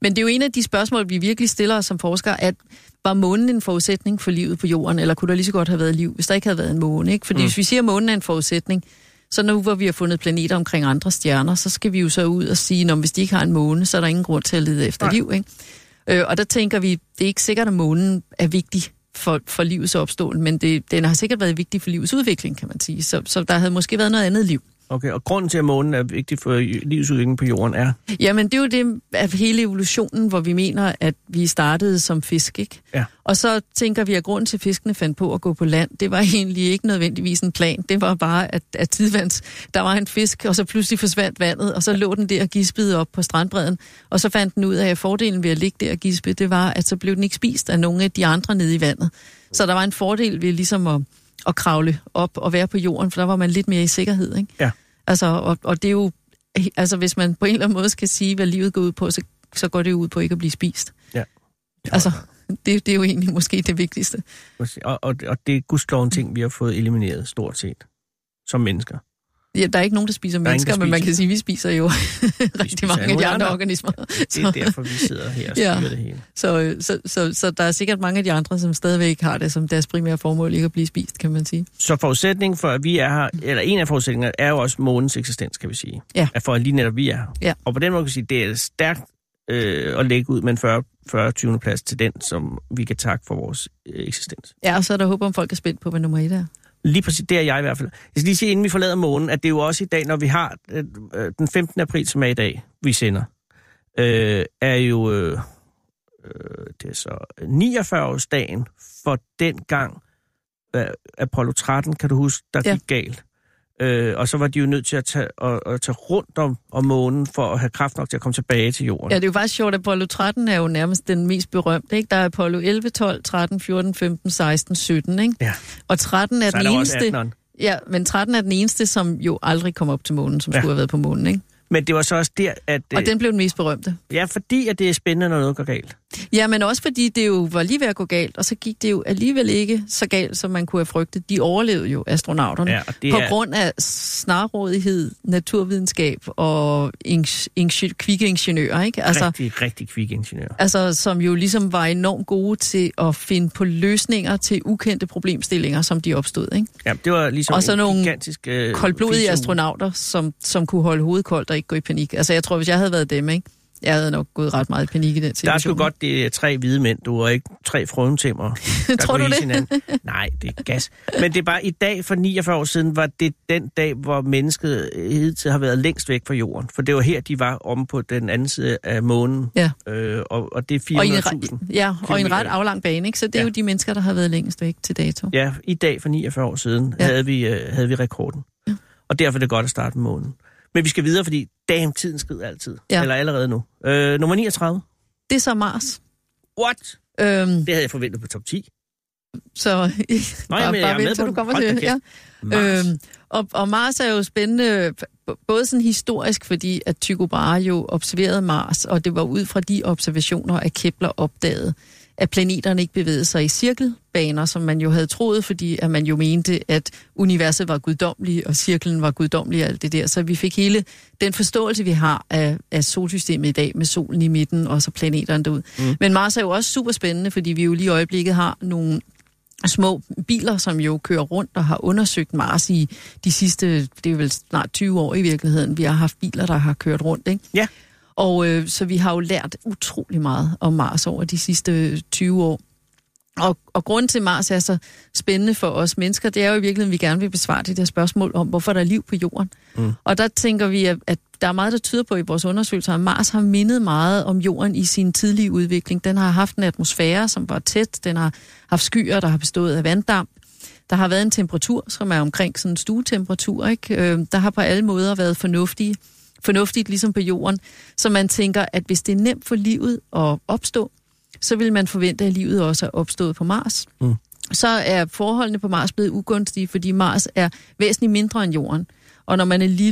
Men det er jo en af de spørgsmål, vi virkelig stiller os som forskere, at var månen en forudsætning for livet på jorden, eller kunne der lige så godt have været liv, hvis der ikke havde været en måne, ikke? Fordi mm. hvis vi siger, at månen er en forudsætning, så nu hvor vi har fundet planeter omkring andre stjerner, så skal vi jo så ud og sige, at hvis de ikke har en måne, så er der ingen grund til at lede efter Nej. liv, ikke? Øh, og der tænker vi, det er ikke sikkert, at månen er vigtig for, for livets opståen, men det, den har sikkert været vigtig for livets udvikling, kan man sige. Så, så der havde måske været noget andet liv. Okay, og grunden til, at månen er vigtig for livsudviklingen på jorden er? Jamen, det er jo det af hele evolutionen, hvor vi mener, at vi startede som fisk, ikke? Ja. Og så tænker vi, at grunden til, at fiskene fandt på at gå på land, det var egentlig ikke nødvendigvis en plan. Det var bare, at, at tidvands, der var en fisk, og så pludselig forsvandt vandet, og så lå den der og gispede op på strandbredden, og så fandt den ud af, at fordelen ved at ligge der og gispe, det var, at så blev den ikke spist af nogle af de andre nede i vandet. Så der var en fordel ved ligesom at, at kravle op og være på jorden, for der var man lidt mere i sikkerhed, ikke? Ja. Altså, og, og det er jo, altså hvis man på en eller anden måde skal sige, hvad livet går ud på, så, så går det jo ud på ikke at blive spist. Ja. Altså, det, det er jo egentlig måske det vigtigste. Og, og, og det er gudskelov en ting, vi har fået elimineret stort set, som mennesker. Ja, der er ikke nogen, der spiser der mennesker, ingen, der men man kan sige, at vi spiser jo rigtig spiser mange af de andre, andre organismer. Det er derfor, vi sidder her og styrer ja. det hele. Så, så, så, så der er sikkert mange af de andre, som stadigvæk har det som deres primære formål, ikke at blive spist, kan man sige. Så forudsætningen for, at vi er her, eller en af forudsætningerne, er jo også månens eksistens, kan vi sige. Ja. At for at lige netop vi er her. Ja. Og på den måde kan vi sige, det er stærkt øh, at lægge ud med en fyrre tyvende plads til den, som vi kan takke for vores øh, eksistens. Ja, og så er der håb om, folk er spændt på, hvad nummer et er. Lige præcis, det er jeg i hvert fald. Jeg skal lige sige, inden vi forlader månen, at det er jo også i dag, når vi har øh, den femtende april, som er i dag, vi sender, øh, er jo øh, øh, det er så niogfyrre-årsdagen for den gang øh, Apollo tretten, kan du huske, der ja. gik galt. Øh, og så var de jo nødt til at tage, at, at tage rundt om, om månen for at have kraft nok til at komme tilbage til jorden. Ja, det er jo faktisk sjovt, at Apollo tretten er jo nærmest den mest berømte, ikke? Der er Apollo elleve, tolv, tretten, fjorten, femten, seksten, sytten, ikke? Ja. Og tretten er så den er eneste... Ja, men tretten er den eneste, som jo aldrig kom op til månen, som ja. skulle have været på månen, ikke? Men det var så også der, at... Og den blev den mest berømte. Ja, fordi at det er spændende, når noget går galt. Ja, men også fordi det jo var lige ved at gå galt, og så gik det jo alligevel ikke så galt, som man kunne have frygtet. De overlevede jo, astronauterne, ja, på er... grund af snarrådighed, naturvidenskab og ing- ing- kvikke ingeniører, ikke? Altså, rigtig, rigtig kvikke ingeniører. Altså, som jo ligesom var enormt gode til at finde på løsninger til ukendte problemstillinger, som de opstod, ikke? Ja, det var ligesom og så nogle gigantisk... Øh, koldblodige astronauter, som, som kunne holde hovedet koldt og ikke gå i panik. Altså, jeg tror, hvis jeg havde været dem, ikke? Jeg havde nok gået ret meget i panik i den situation. Der er sgu godt, det er tre hvide mænd, du, og ikke tre frøentæmmer. Tror du det? Nej, det er gas. Men det er bare i dag for niogfyrre år siden, var det den dag, hvor mennesket hidtil har været længst væk fra jorden. For det var her, de var omme på den anden side af månen. Ja. Øh, og, og det er fire hundrede tusind. Ja, og i en ret aflang bane, ikke? Så det er ja. jo de mennesker, der har været længst væk til dato. Ja, i dag for niogfyrre år siden ja. havde, vi, øh, havde vi rekorden. Ja. Og derfor er det godt at starte med månen. Men vi skal videre, fordi damn, tiden skrider altid. Ja. Eller allerede nu. Øh, nummer niogtredive. Det er så Mars. What? Øhm, det havde jeg forventet på top ti. Så Nå, bare, jamen, bare vent, til du kommer til. Ja. Mars. Øhm, og, og Mars er jo spændende, både sådan historisk, fordi at Tycho Brahe jo observerede Mars, og det var ud fra de observationer, at Kepler opdagede, at planeterne ikke bevægede sig i cirkelbaner, som man jo havde troet, fordi at man jo mente, at universet var guddommelig, og cirklen var guddommelig og alt det der. Så vi fik hele den forståelse, vi har af, af solsystemet i dag, med solen i midten, og så planeterne derud. Mm. Men Mars er jo også super spændende, fordi vi jo lige i øjeblikket har nogle små biler, som jo kører rundt og har undersøgt Mars i de sidste, det er vel snart tyve år i virkeligheden. Vi har haft biler, der har kørt rundt, ikke? Ja. Og øh, så vi har jo lært utrolig meget om Mars over de sidste tyve år. Og, og grunden til, Mars er så spændende for os mennesker, det er jo i virkeligheden, at vi gerne vil besvare det der spørgsmål om, hvorfor der er liv på jorden. Mm. Og der tænker vi, at, at der er meget, der tyder på i vores undersøgelser, at Mars har mindet meget om jorden i sin tidlige udvikling. Den har haft en atmosfære, som var tæt. Den har haft skyer, der har bestået af vanddamp. Der har været en temperatur, som er omkring sådan en stuetemperatur, ikke? Øh, der har på alle måder været fornuftige. fornuftigt, ligesom på jorden. Så man tænker, at hvis det er nemt for livet at opstå, så vil man forvente, at livet også er opstået på Mars. Mm. Så er forholdene på Mars blevet ugunstige, fordi Mars er væsentligt mindre end jorden. Og når man er lille,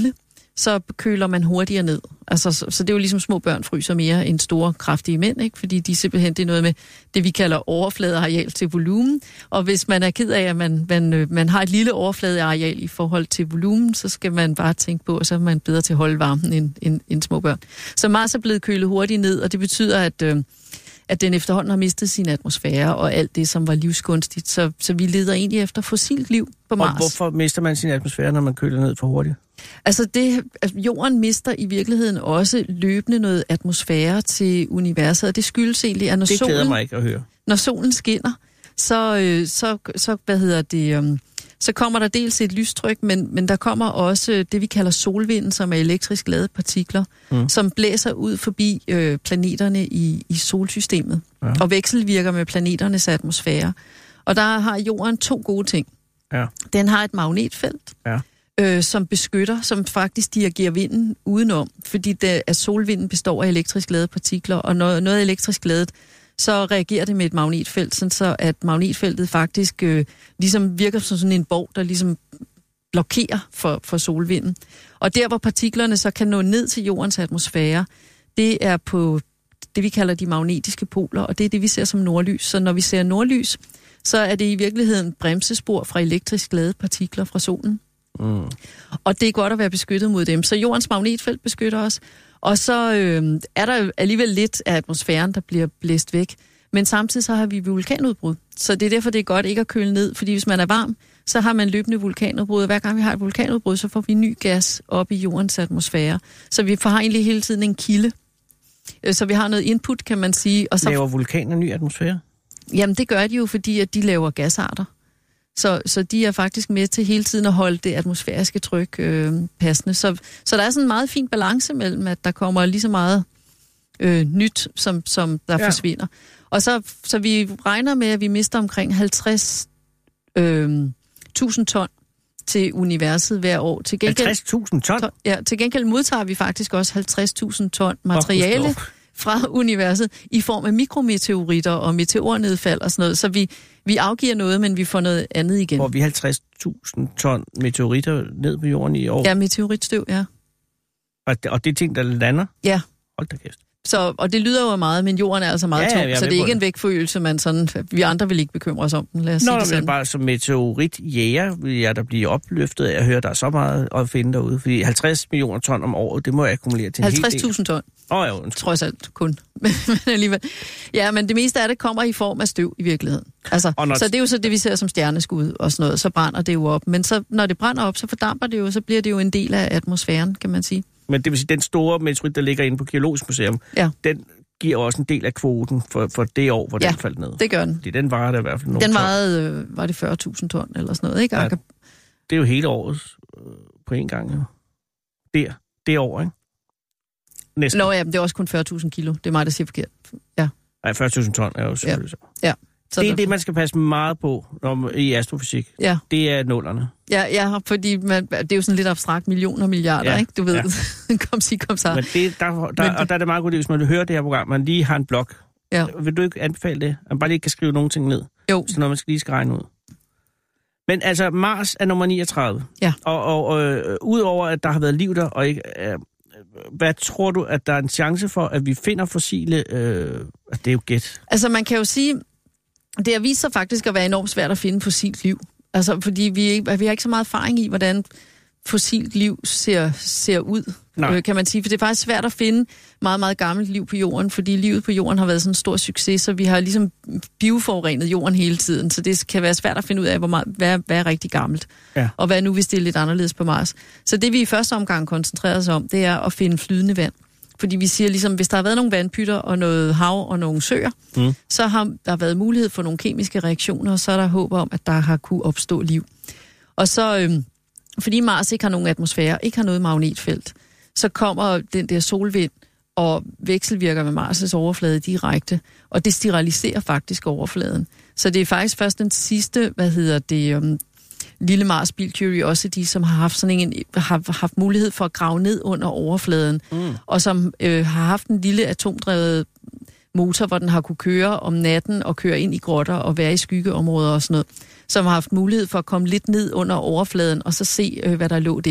så køler man hurtigere ned. Altså, så, så det er jo ligesom små børn fryser mere end store, kraftige mænd, ikke? Fordi de simpelthen, det er noget med det, vi kalder overfladeareal til volumen. Og hvis man er ked af, at man, man, man har et lille overfladeareal i forhold til volumen, så skal man bare tænke på, at så er man bedre til at holde varmen end, end, end små børn. Så Mars er blevet kølet hurtigt ned, og det betyder, at... Øh, at den efterhånden har mistet sin atmosfære og alt det, som var livsgunstigt. Så, så vi leder egentlig efter fossilt liv på Mars. Og hvorfor mister man sin atmosfære, når man køler ned for hurtigt? Altså, det, altså jorden mister i virkeligheden også løbende noget atmosfære til universet, og det skyldes egentlig, at når, det solen, mig ikke at høre. når solen skinner, så, øh, så, så, hvad hedder det... Øh, så kommer der dels et lystryk, men, men der kommer også det, vi kalder solvinden, som er elektrisk ladede partikler, mm. som blæser ud forbi øh, planeterne i, i solsystemet, ja. og vekselvirker med planeternes atmosfære. Og der har jorden to gode ting. Ja. Den har et magnetfelt, ja. øh, som beskytter, som faktisk dirigerer vinden udenom, fordi det, at solvinden består af elektrisk ladede partikler, og noget, noget elektrisk ladet, så reagerer det med et magnetfelt, sådan så at magnetfeltet faktisk øh, ligesom virker som sådan en borg, der ligesom blokerer for, for solvinden. Og der, hvor partiklerne så kan nå ned til jordens atmosfære, det er på det, vi kalder de magnetiske poler, og det er det, vi ser som nordlys. Så når vi ser nordlys, så er det i virkeligheden bremsespor fra elektrisk ladede partikler fra solen. Mm. Og det er godt at være beskyttet mod dem. Så jordens magnetfelt beskytter os, og så øh, er der alligevel lidt af atmosfæren, der bliver blæst væk. Men samtidig så har vi vulkanudbrud. Så det er derfor, det er godt ikke at køle ned, fordi hvis man er varm, så har man løbende vulkanudbrud. Og hver gang vi har et vulkanudbrud, så får vi ny gas op i jordens atmosfære. Så vi får egentlig hele tiden en kilde. Så vi har noget input, kan man sige. Og så... Laver vulkaner ny atmosfære? Jamen det gør de jo, fordi at de laver gasarter. Så, så de er faktisk med til hele tiden at holde det atmosfæriske tryk øh, passende. Så, så der er sådan en meget fin balance mellem, at der kommer lige så meget øh, nyt, som, som der ja. forsvinder. Og så, så vi regner med, at vi mister omkring halvtreds tusind ton til universet hver år. Til gengæld, halvtreds tusind ton? Ja, til gengæld modtager vi faktisk også halvtreds tusind ton materiale oh, fra universet i form af mikrometeoritter og meteornedfald og sådan noget. Så vi, vi afgiver noget, men vi får noget andet igen. Får vi halvtreds tusind ton meteoritter ned på jorden i år? Ja, meteoritstøv, ja. Og det, og det er ting, der lander? Ja. Hold da kæft. Så, og det lyder jo meget, men jorden er altså meget ja, tung, så det er ikke en vægtforøgelse, man sådan, vi andre vil ikke bekymre os om den, lad os Nå, sige det sådan. Men bare som meteoritjæger vil jeg da blive opløftet af at høre, at der er så meget at finde derude, fordi halvtreds millioner ton om året, det må jeg akkumulere til en hel del. halvtreds tusind ton. Åh oh, ja, undskyld. Trods alt kun. men alligevel. Ja, men det meste af det kommer i form af støv i virkeligheden. Altså, når... Så det er jo så det, vi ser som stjerneskud og sådan noget, så brænder det jo op. Men så, når det brænder op, så fordamper det jo, så bliver det jo en del af atmosfæren, kan man sige. Men det vil sige, den store meteorit, der ligger inde på Geologisk Museum, ja. den giver også en del af kvoten for, for det år, hvor ja, den faldt ned. det gør den. Fordi den varer der i hvert fald nogle Den varede, øh, var det fyrre tusind ton eller sådan noget, ikke? Ja, det er jo hele året øh, på en gang, jo. Der, det år, ikke? Næsten. Nå ja, men det er også kun fyrre tusind kilo. Det er mig, der siger forkert. Ja. Nej, fyrre tusind ton er jo selvfølgelig ja. så. Ja. Så det er der... det, man skal passe meget på når, i astrofysik. Ja. Det er nullerne. Ja, ja, fordi man, det er jo sådan lidt abstrakt millioner milliarder, ja. ikke? Du ved, ja. kom sig, kom sig. Men det, der, der, Men... og der er det meget godt, hvis man vil høre det her program, man lige har en blog. Ja. Vil du ikke anbefale det? At man bare lige kan skrive nogle ting ned. Jo. Så når man skal lige skal regne ud. Men altså, Mars er nummer niogtredive. Ja. Og, og, og øh, udover at der har været liv der, og ikke... Øh, hvad tror du, at der er en chance for, at vi finder fossile... Øh, det er jo gæt. Altså, man kan jo sige... Det har vist sig faktisk at være enormt svært at finde fossilt liv. Altså, fordi vi, ikke, vi har ikke så meget erfaring i, hvordan fossilt liv ser, ser ud, øh, kan man sige. For det er faktisk svært at finde meget, meget gammelt liv på jorden, fordi livet på jorden har været sådan en stor succes, så vi har ligesom bioforurenet jorden hele tiden. Så det kan være svært at finde ud af, hvor meget, hvad, hvad er rigtig gammelt. Ja. Og hvad nu, hvis det er lidt anderledes på Mars. Så det, vi i første omgang koncentrerer os om, det er at finde flydende vand. Fordi vi siger ligesom, hvis der har været nogle vandpytter og noget hav og nogle søer, mm. så har der været mulighed for nogle kemiske reaktioner, og så er der håb om, at der har kunne opstå liv. Og så, øhm, fordi Mars ikke har nogen atmosfære, ikke har noget magnetfelt, så kommer den der solvind og vekselvirker med Mars' overflade direkte, og det steriliserer faktisk overfladen. Så det er faktisk først den sidste, hvad hedder det... Øhm, lille Mars Bill Curiosity, som har haft sådan en, har haft mulighed for at grave ned under overfladen, mm. og som øh, har haft en lille atomdrevet motor, hvor den har kunne køre om natten og køre ind i grotter og være i skyggeområder og sådan noget, som har haft mulighed for at komme lidt ned under overfladen og så se, øh, hvad der lå der.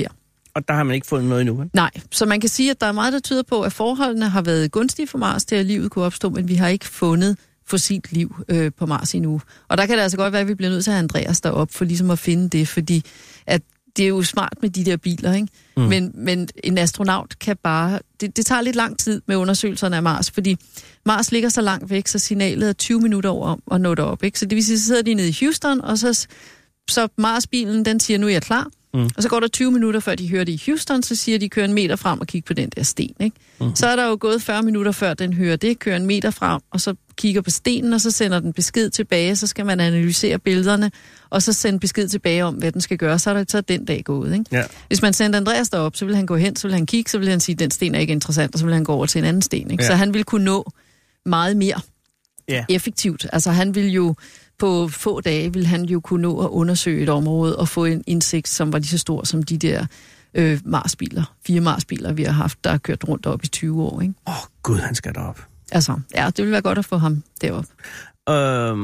Og der har man ikke fundet noget endnu, vel? Nej, så man kan sige, at der er meget, der tyder på, at forholdene har været gunstige for Mars til, at livet kunne opstå, men vi har ikke fundet fossilt liv øh, på Mars endnu. Og der kan det altså godt være, at vi bliver nødt til at have Andreas derop for ligesom at finde det, fordi at det er jo smart med de der biler, ikke? Mm. Men, men en astronaut kan bare... Det, det tager lidt lang tid med undersøgelserne af Mars, fordi Mars ligger så langt væk, så signalet er tyve minutter over om at nå derop, ikke? Så det vil sige, så sidder de nede i Houston, og så, så Mars-bilen, den siger, nu er jeg klar. Mm. Og så går der tyve minutter, før de hører det i Houston, så siger de, kører en meter frem og kigger på den der sten, ikke? Mm. Så er der jo gået fyrre minutter, før den hører det, kører en meter frem, og så kigger på stenen, og så sender den besked tilbage, så skal man analysere billederne, og så sende besked tilbage om, hvad den skal gøre, så er der så den dag gået, ikke? Ja. Hvis man sendte Andreas derop, så vil han gå hen, så vil han kigge, så vil han sige, den sten er ikke interessant, og så vil han gå over til en anden sten, ikke? Ja. Så han vil kunne nå meget mere ja. effektivt. Altså han vil jo på få dage vil han jo kunne nå at undersøge et område og få en indsigt, som var lige så stor som de der øh, Mars-biler, fire Mars-biler, vi har haft, der har kørt rundt op i tyve år, ikke? Åh, oh, gud, han skal derop. Altså, ja, det vil være godt at få ham derop. Øhm,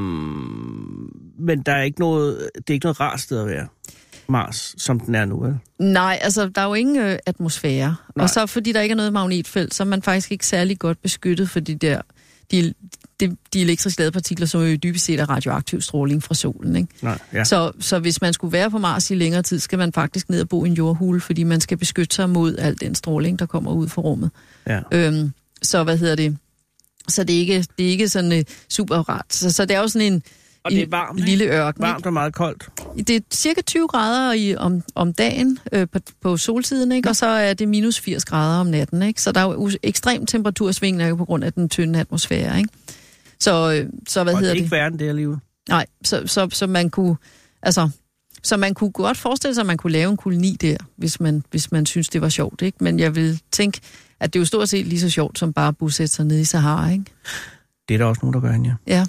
men der er ikke noget, det er ikke noget rart sted at være, Mars, som den er nu, vel? Nej, altså, der er jo ingen øh, atmosfære. Nej. Og så fordi der ikke er noget magnetfelt, så er man faktisk ikke særlig godt beskyttet for de der... De, de, de elektrisk ladede partikler, som jo dybest set er radioaktiv stråling fra solen, ikke? Nej, ja. så, så hvis man skulle være på Mars i længere tid, skal man faktisk ned og bo i en jordhule, fordi man skal beskytte sig mod al den stråling, der kommer ud fra rummet. Ja. Øhm, så hvad hedder det? Så det er ikke, det er ikke sådan uh, super rart. Så, så det er jo sådan en, og det er varmt, en lille ørken. Varmt og meget koldt. Det er cirka tyve grader i, om, om dagen øh, på, på solsiden, ikke? Og så er det minus firs grader om natten, ikke? Så der er jo ekstrem temperatursvingninger på grund af den tynde atmosfære, ikke? Så, øh, så hvad og hedder det? Og ikke værre end det alligevel. Nej, så, så, så man kunne, altså, så man kunne godt forestille sig, at man kunne lave en koloni der, hvis man, hvis man synes, det var sjovt, ikke? Men jeg vil tænke, at det er jo stort set lige så sjovt, som bare at bosætte sig nede i Sahara, ikke? Det er der også nogen, der gør, ja. Ja.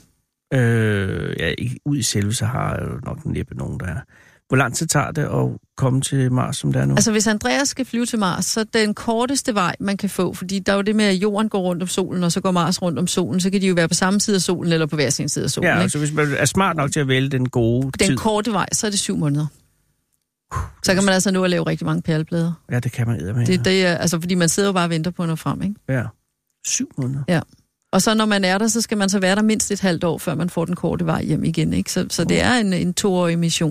Øh, ja, ud i selve Sahara er jo nok næppe nogen, der er. Hvor lang tid tager det at komme til Mars, som det er nu? Altså, hvis Andreas skal flyve til Mars, så den korteste vej, man kan få, fordi der er jo det med, at jorden går rundt om solen, og så går Mars rundt om solen, så kan de jo være på samme side af solen, eller på hver sin side af solen, ja, ikke? altså hvis man er smart nok til at vælge den gode den tid. Den korte vej, så er det syv måneder. Uh, så kan man altså nå at lave rigtig mange perleplader. Ja, det kan man eddermame. Det, det er, altså, fordi man sidder jo bare og venter på at nå frem, ikke? Ja, syv måneder. Ja. Og så når man er der, så skal man så være der mindst et halvt år, før man får den korte vej hjem igen, ikke? Så, så det er en, en toårig mission.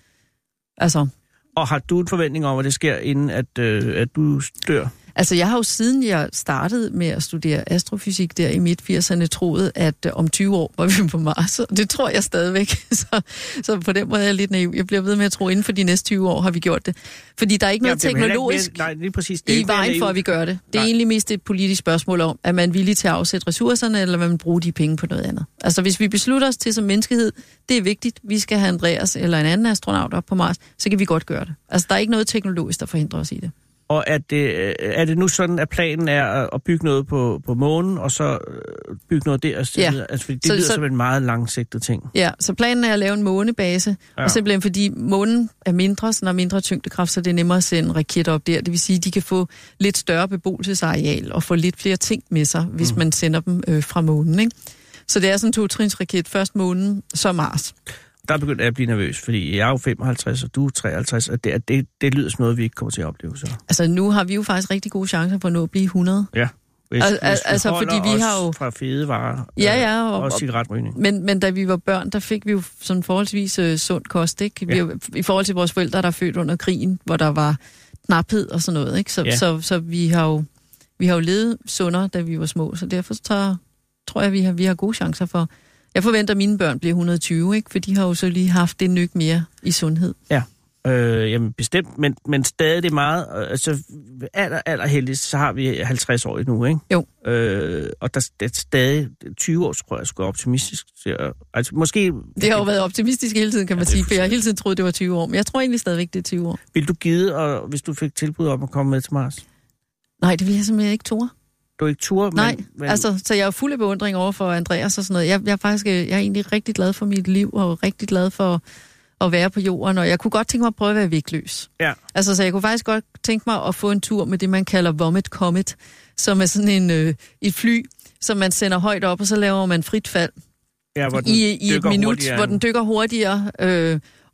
Altså. Og har du en forventning om, at det sker, inden at, øh, at du dør? Altså, jeg har jo siden jeg startede med at studere astrofysik der i midt firserne, troet, at øh, om tyve år var vi på Mars. Og det tror jeg stadigvæk. Så, så på den måde er jeg lidt naiv. Jeg bliver ved med at tro, inden for de næste tyve år har vi gjort det. Fordi der er ikke noget ja, teknologisk ikke, nej, lige præcis, det i vejen for, at vi gør det. Det er nej. egentlig mest et politisk spørgsmål om, at man er villig til at afsætte ressourcerne, eller vil man bruge de penge på noget andet. Altså, hvis vi beslutter os til som menneskehed, det er vigtigt, vi skal have Andreas eller en anden astronaut op på Mars, så kan vi godt gøre det. Altså, der er ikke noget teknologisk, der forhindrer os i det. Og er det, er det nu sådan, at planen er at bygge noget på, på månen, og så bygge noget der? Ja. Altså, fordi det så, lyder så, som en meget langsigtet ting. Ja, så planen er at lave en månebase, ja. Og simpelthen fordi månen er mindre, så der er mindre tyngdekraft, så det er nemmere at sende raketter op der. Det vil sige, at de kan få lidt større beboelsesareal og få lidt flere ting med sig, hvis mm. man sender dem øh, fra månen, ikke? Så det er sådan en to-trinsraket. Først månen, så Mars. Der begyndte jeg at blive nervøs, fordi jeg er jo femoghalvtreds, og du er treoghalvtreds, og det, det, det lyder som noget, vi ikke kommer til at opleve. Så. Altså, nu har vi jo faktisk rigtig gode chancer for at nå at blive hundrede. Ja, hvis, Al- hvis vi altså, fordi vi har jo fra fede varer ja, ja, og, og cigaretrygning. Men, men da vi var børn, der fik vi jo sådan forholdsvis uh, sund kost, ikke? Vi ja. jo, i forhold til vores forældre, der er født under krigen, hvor der var knaphed og sådan noget, ikke? Så, ja. så, så vi har jo vi har jo levet sundere, da vi var små, så derfor tager, tror jeg, vi har, vi har gode chancer for. Jeg forventer, at mine børn bliver et hundrede og tyve, ikke? For de har jo så lige haft det nyk mere i sundhed. Ja, øh, jamen bestemt, men, men stadig det er meget, altså aller, aller heldigst, så har vi halvtreds år nu, ikke? Jo. Øh, og der, der er stadig tyve år, tror jeg, skulle optimistisk til at, altså måske... Det har jo været optimistisk hele tiden, kan man ja, sige, for jeg har hele tiden troet, det var tyve år, men jeg tror egentlig stadigvæk, det er tyve år. Vil du give, og hvis du fik tilbud om at komme med til Mars? Nej, det vil jeg simpelthen ikke turde. Du er ikke tur, Nej, men, men... altså, så jeg er fuld af beundring over for Andreas og sådan noget. Jeg, jeg, er faktisk, jeg er egentlig rigtig glad for mit liv, og rigtig glad for at være på jorden, og jeg kunne godt tænke mig at prøve at være vægtløs. Ja. Altså, så jeg kunne faktisk godt tænke mig at få en tur med det, man kalder Vomit Comet, som er sådan en, øh, et fly, som man sender højt op, og så laver man frit fald ja, hvor den i, i et minut, hurtigere. hvor den dykker hurtigere, øh,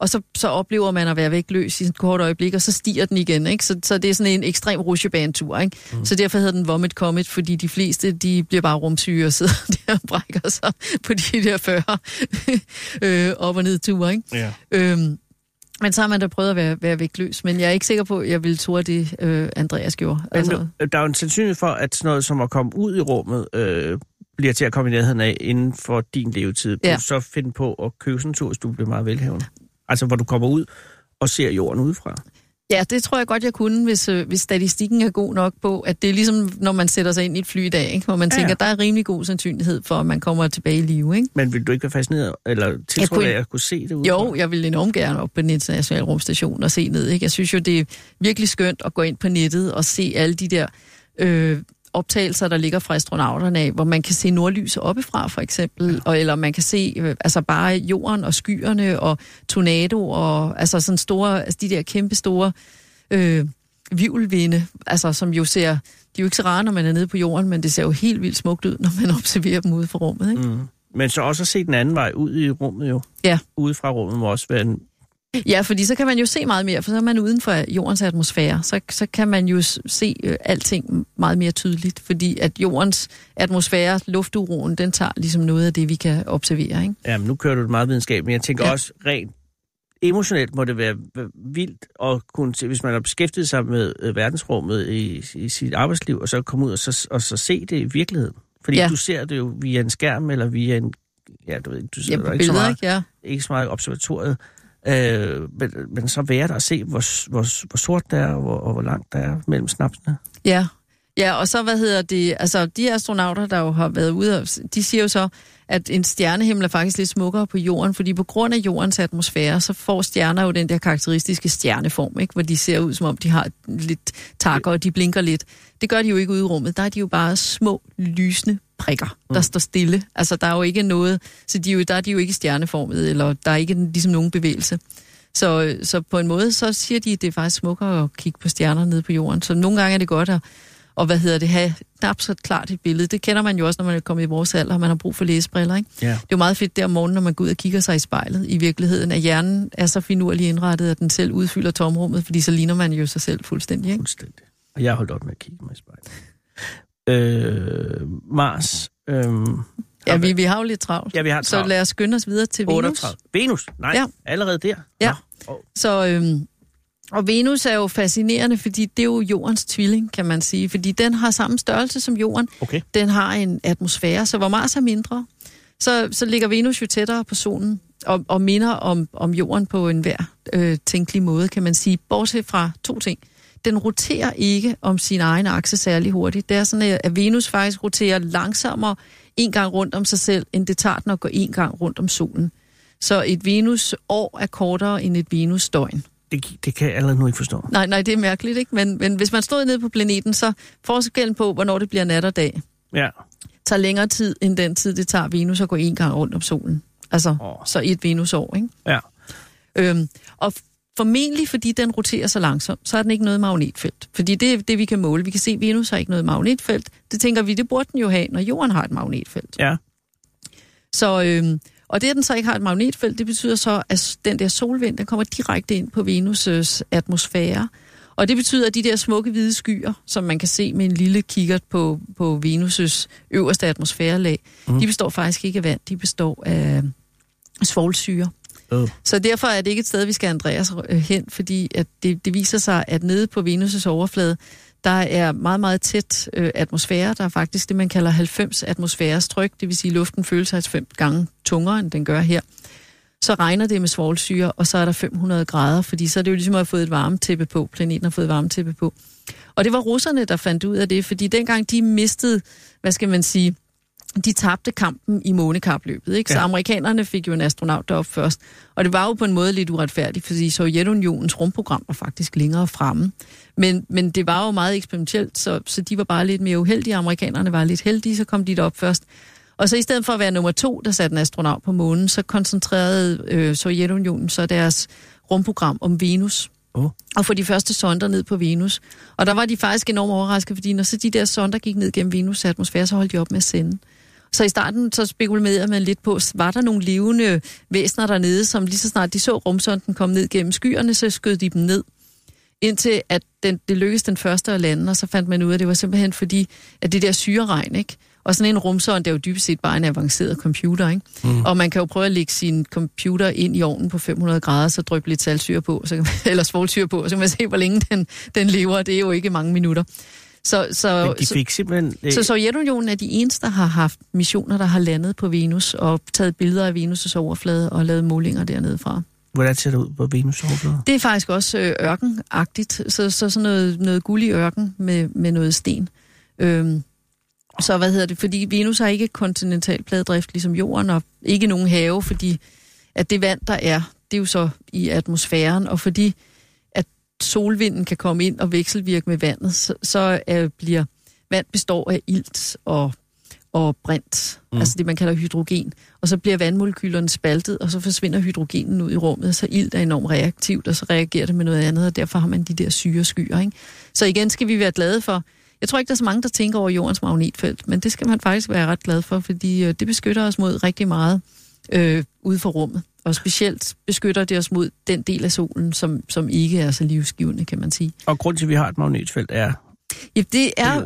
og så, så oplever man at være vægtløs i et kort øjeblik, og så stiger den igen, ikke? Så, så det er sådan en ekstrem rutsjebanetur, ikke? Mm. Så derfor hedder den Vomit Comet, fordi de fleste, de bliver bare rumsyge og sidder der og brækker sig på de der fyrre øh, op- og ned ture, ikke? Ja. Øhm, men så har man da prøvet at være, være vægtløs, men jeg er ikke sikker på, at jeg ville tro, det øh, Andreas gjorde. Altså, der er jo en sandsynlighed for, at sådan noget som at komme ud i rummet, øh, bliver til at komme i nærheden af inden for din levetid. Ja. Du så finde på at købe sådan en tur, hvis du bliver meget velhavende. Altså, hvor du kommer ud og ser jorden udefra. Ja, det tror jeg godt, jeg kunne, hvis, øh, hvis statistikken er god nok på, at det er ligesom, når man sætter sig ind i et fly i dag, ikke? Hvor man ja. tænker, at der er rimelig god sandsynlighed for, at man kommer tilbage i live, ikke? Men vil du ikke være fascineret, eller tiltrådt af at kunne se det udefra? Jo, jeg vil enormt gerne op på den internationale rumstation og se ned, ikke? Jeg synes jo, det er virkelig skønt at gå ind på nettet og se alle de der øh, optagelser, der ligger fra astronauterne af, hvor man kan se nordlyset oppefra, for eksempel, ja. og, eller man kan se øh, altså bare jorden og skyerne og tornado og altså sådan store, altså de der kæmpe store øh, hvirvelvinde, altså som jo ser, de er jo ikke så rare, når man er nede på jorden, men det ser jo helt vildt smukt ud, når man observerer dem ude fra rummet, ikke? Mm. Men så også at se den anden vej ud i rummet jo. Ja. Ude fra rummet må også være en... Ja, fordi så kan man jo se meget mere, for så er man uden for jordens atmosfære, så, så kan man jo se øh, alting meget mere tydeligt, fordi at jordens atmosfære, lufturoen, den tager ligesom noget af det, vi kan observere, ikke? Ja, men nu kører du det meget videnskab, men jeg tænker ja. også rent emotionelt må det være vildt at kunne se, hvis man har beskæftiget sig med øh, verdensrummet i, i sit arbejdsliv, og så komme ud og så, og så se det i virkeligheden. Fordi ja. du ser det jo via en skærm, eller via en... Ja, du ved, du ser ja, ikke, billeder, så meget, ikke? Ja. ikke så meget observatoriet. Øh, men, men så være der og se, hvor, hvor, hvor sort det er, og hvor, og hvor langt der er mellem snapsene. Ja. Ja, og så, hvad hedder det, altså de astronauter, der jo har været ude, de siger jo så, at en stjernehimmel er faktisk lidt smukkere på jorden, fordi på grund af jordens atmosfære, så får stjerner jo den der karakteristiske stjerneform, ikke? Hvor de ser ud, som om de har lidt takker, og de blinker lidt. Det gør de jo ikke ude i rummet. Der er de jo bare små, lysende prikker, der mm. står stille. Altså, der er jo ikke noget, så de er jo, der er de jo ikke stjerneformet, eller der er ikke ligesom nogen bevægelse. Så, så på en måde, så siger de, at det er faktisk smukkere at kigge på stjerner nede på jorden. Så nogle gange er det godt at og hvad hedder det, have knap så klart et billede. Det kender man jo også, når man er kommet i vores alder, og man har brug for læsebriller, ikke? Ja. Det er jo meget fedt der om morgenen, når man går ud og kigger sig i spejlet. I virkeligheden, at hjernen er så finurligt indrettet, at den selv udfylder tomrummet, fordi så ligner man jo sig selv fuldstændig, ikke? Fuldstændig. Og jeg har holdt op med at kigge mig i spejlet. Øh, Mars. Øh, ja, vi, vi har jo lidt travlt. Ja, vi har travlt. Så lad os skynde os videre til Venus. otteogtredive. Venus? Nej, ja. Allerede der? Ja. Oh. Så... Øhm, Og Venus er jo fascinerende, fordi det er jo jordens tvilling, kan man sige. Fordi den har samme størrelse som jorden. Okay. Den har en atmosfære, så hvor Mars er mindre, så, så ligger Venus jo tættere på solen og, og minder om, om jorden på en hver øh, tænkelig måde, kan man sige. Bortset fra to ting. Den roterer ikke om sin egen akse særlig hurtigt. Det er sådan, at Venus faktisk roterer langsommere en gang rundt om sig selv, end det tager den at gå en gang rundt om solen. Så et Venus-år er kortere end et Venus-døgn. Det, det kan jeg allerede nu ikke forstå. Nej, nej, det er mærkeligt, ikke? Men, men hvis man stod nede på planeten, så forskellen på, hvornår det bliver nat og dag, ja. tager længere tid, end den tid, det tager Venus at gå en gang rundt om solen. Altså, oh. så et Venus-år, ikke? Ja. Øhm, og formentlig, fordi den roterer så langsomt, så er den ikke noget magnetfelt. Fordi det er det, vi kan måle. Vi kan se, at Venus har ikke noget magnetfelt. Det tænker vi, det burde den jo have, når jorden har et magnetfelt. Ja. Så... Øhm, Og det, at den så ikke har et magnetfelt, det betyder så, at den der solvind, den kommer direkte ind på Venus' atmosfære. Og det betyder, at de der smukke hvide skyer, som man kan se med en lille kikkert på, på Venus' øverste atmosfærelag, mm. de består faktisk ikke af vand, de består af svovlsyre. Oh. Så derfor er det ikke et sted, vi skal Andreas hen, fordi at det, det viser sig, at nede på Venus' overflade, der er meget, meget tæt øh, atmosfære. Der er faktisk det, man kalder halvfems atmosfæres tryk, det vil sige, at luften føles halvfems gange tungere, end den gør her. Så regner det med svovlsyre, og så er der fem hundrede grader, fordi så er det jo ligesom at have fået et varmetæppe på. Planeten har fået et varmetæppe på. Og det var russerne, der fandt ud af det, fordi dengang de mistede, hvad skal man sige, de tabte kampen i månekapløbet, ikke? Så ja. Amerikanerne fik jo en astronaut derop først. Og det var jo på en måde lidt uretfærdigt, fordi Sovjetunionens rumprogram var faktisk længere fremme. Men, men det var jo meget eksperimentelt, så, så de var bare lidt mere uheldige. Amerikanerne var lidt heldige, så kom de derop først. Og så i stedet for at være nummer to, der satte en astronaut på månen, så koncentrerede øh, Sovjetunionen så deres rumprogram om Venus. Oh. Og få de første sonder ned på Venus. Og der var de faktisk enormt overrasket, fordi når så de der sonder gik ned gennem Venus' atmosfære, så holdt de op med at sende. Så i starten så spekulerede man lidt på, var der nogle levende væsener dernede, som lige så snart de så rumsonden komme ned gennem skyerne, så skød de dem ned. Indtil at den, det lykkedes den første at lande, og så fandt man ud af, at det var simpelthen fordi, at det der syreregn, ikke? Og sådan en rumsonde, det er jo dybest set bare en avanceret computer, ikke? Mm. Og man kan jo prøve at lægge sin computer ind i ovnen på fem hundrede grader, så dryppe lidt saltsyre på, så kan man, eller svovlsyre på, så kan man se, hvor længe den, den lever. Det er jo ikke mange minutter. Så, så, Men de fik simpelthen... så, så Sovjetunionen er de eneste, der har haft missioner, der har landet på Venus og taget billeder af Venus' overflade og lavet målinger dernede fra. Hvordan ser det ud på Venus' overflade? Det er faktisk også øh, ørkenagtigt, så, så sådan noget, noget guld i ørken med, med noget sten. Øhm, så hvad hedder det? Fordi Venus har ikke kontinentalpladedrift ligesom Jorden, og ikke nogen have, fordi at det vand, der er, det er jo så i atmosfæren, og fordi at solvinden kan komme ind og vekselvirke med vandet, så, så øh, bliver vand består af ilt og og brint, mm. altså det, man kalder hydrogen. Og så bliver vandmolekylerne spaltet, og så forsvinder hydrogenen ud i rummet, så ilt er enormt reaktivt, og så reagerer det med noget andet, og derfor har man de der syreskyer, ikke? Så igen skal vi være glade for. Jeg tror ikke, der er så mange, der tænker over jordens magnetfelt, men det skal man faktisk være ret glad for, fordi øh, det beskytter os mod rigtig meget øh, ude for rummet. Og specielt beskytter det os mod den del af solen, som, som ikke er så livsgivende, kan man sige. Og grund til, at vi har et magnetfelt, er... Ja, det er,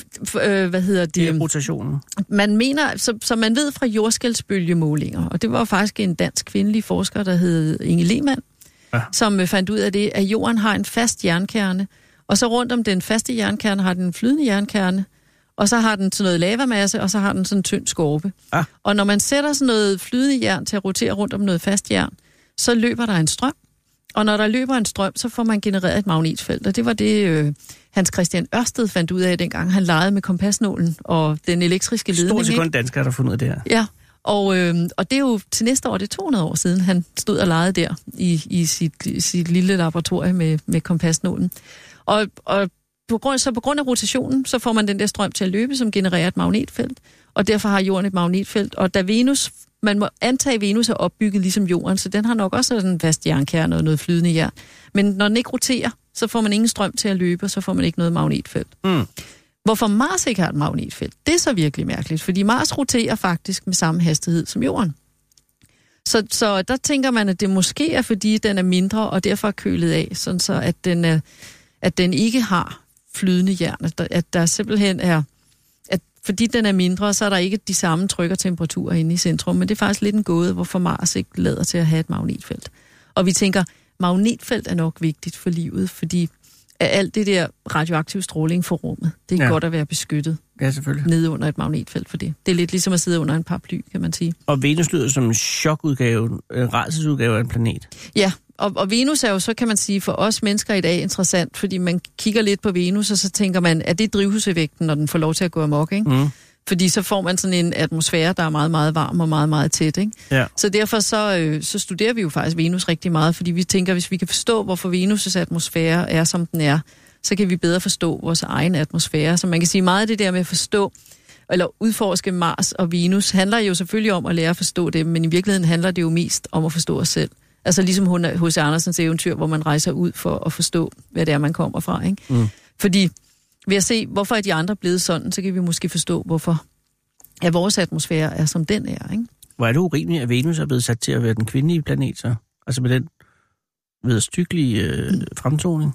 øh, hvad hedder det? Det er rotationen. Man mener, så, så man ved fra jordskælvsbølgemålinger, og det var faktisk en dansk kvindelig forsker, der hed Inge Lehmann, ja. som fandt ud af det, at jorden har en fast jernkerne, og så rundt om den faste jernkerne har den en flydende jernkerne, og så har den sådan noget lavamasse, og så har den sådan en tynd skorpe. Ja. Og når man sætter sådan noget flydende jern til at rotere rundt om noget fast jern, så løber der en strøm. Og når der løber en strøm, så får man genereret et magnetfelt, og det var det, øh, Hans Christian Ørsted fandt ud af, dengang han legede med kompasnålen og den elektriske ledning. Stort set kun danskere, der har fundet ud af det her. Ja, og, øh, og det er jo til næste år, det er to hundrede år siden, han stod og legede der i, i sit, sit lille laboratorium med, med kompasnålen. Og, og på grund, så på grund af rotationen, så får man den der strøm til at løbe, som genererer et magnetfelt, og derfor har jorden et magnetfelt. Og da Venus... Man må antage, at Venus er opbygget ligesom jorden, så den har nok også sådan en fast jernkerne og noget flydende jern. Men når den ikke roterer, så får man ingen strøm til at løbe, og så får man ikke noget magnetfelt. Mm. Hvorfor Mars ikke har et magnetfelt, det er så virkelig mærkeligt, fordi Mars roterer faktisk med samme hastighed som jorden. Så, så der tænker man, at det måske er, fordi den er mindre, og derfor er kølet af, sådan så at den, er, at den ikke har flydende jern, at der, at der simpelthen er... Fordi den er mindre, så er der ikke de samme tryk og temperaturer inde i centrum, men det er faktisk lidt en gåde, hvorfor Mars ikke lader til at have et magnetfelt. Og vi tænker, magnetfelt er nok vigtigt for livet, fordi alt det der radioaktive stråling for rummet, det er ja. godt at være beskyttet. Ja, selvfølgelig. Nede under et magnetfelt for det. Det er lidt ligesom at sidde under en paraply, kan man sige. Og Venus lyder som en chokudgave, en rædselsudgave af en planet. Ja, og, og Venus er jo så, kan man sige, for os mennesker i dag interessant, fordi man kigger lidt på Venus, og så tænker man, er det drivhuseffekten, når den får lov til at gå amok, ikke? Mm. Fordi så får man sådan en atmosfære, der er meget, meget varm og meget, meget tæt, ikke? Ja. Så derfor så, øh, så studerer vi jo faktisk Venus rigtig meget, fordi vi tænker, hvis vi kan forstå, hvorfor Venus' atmosfære er, som den er, så kan vi bedre forstå vores egen atmosfære. Så man kan sige, meget af det der med at forstå, eller udforske Mars og Venus, handler jo selvfølgelig om at lære at forstå dem, men i virkeligheden handler det jo mest om at forstå os selv. Altså ligesom H C Andersens eventyr, hvor man rejser ud for at forstå, hvad det er, man kommer fra, ikke? Mm. Fordi ved at se, hvorfor er de andre blevet sådan, så kan vi måske forstå, hvorfor at vores atmosfære er, som den er, ikke? Hvor er det urimeligt, at Venus er blevet sat til at være den kvindelige planet, så? Altså med den vederstyggelige øh, fremtoning?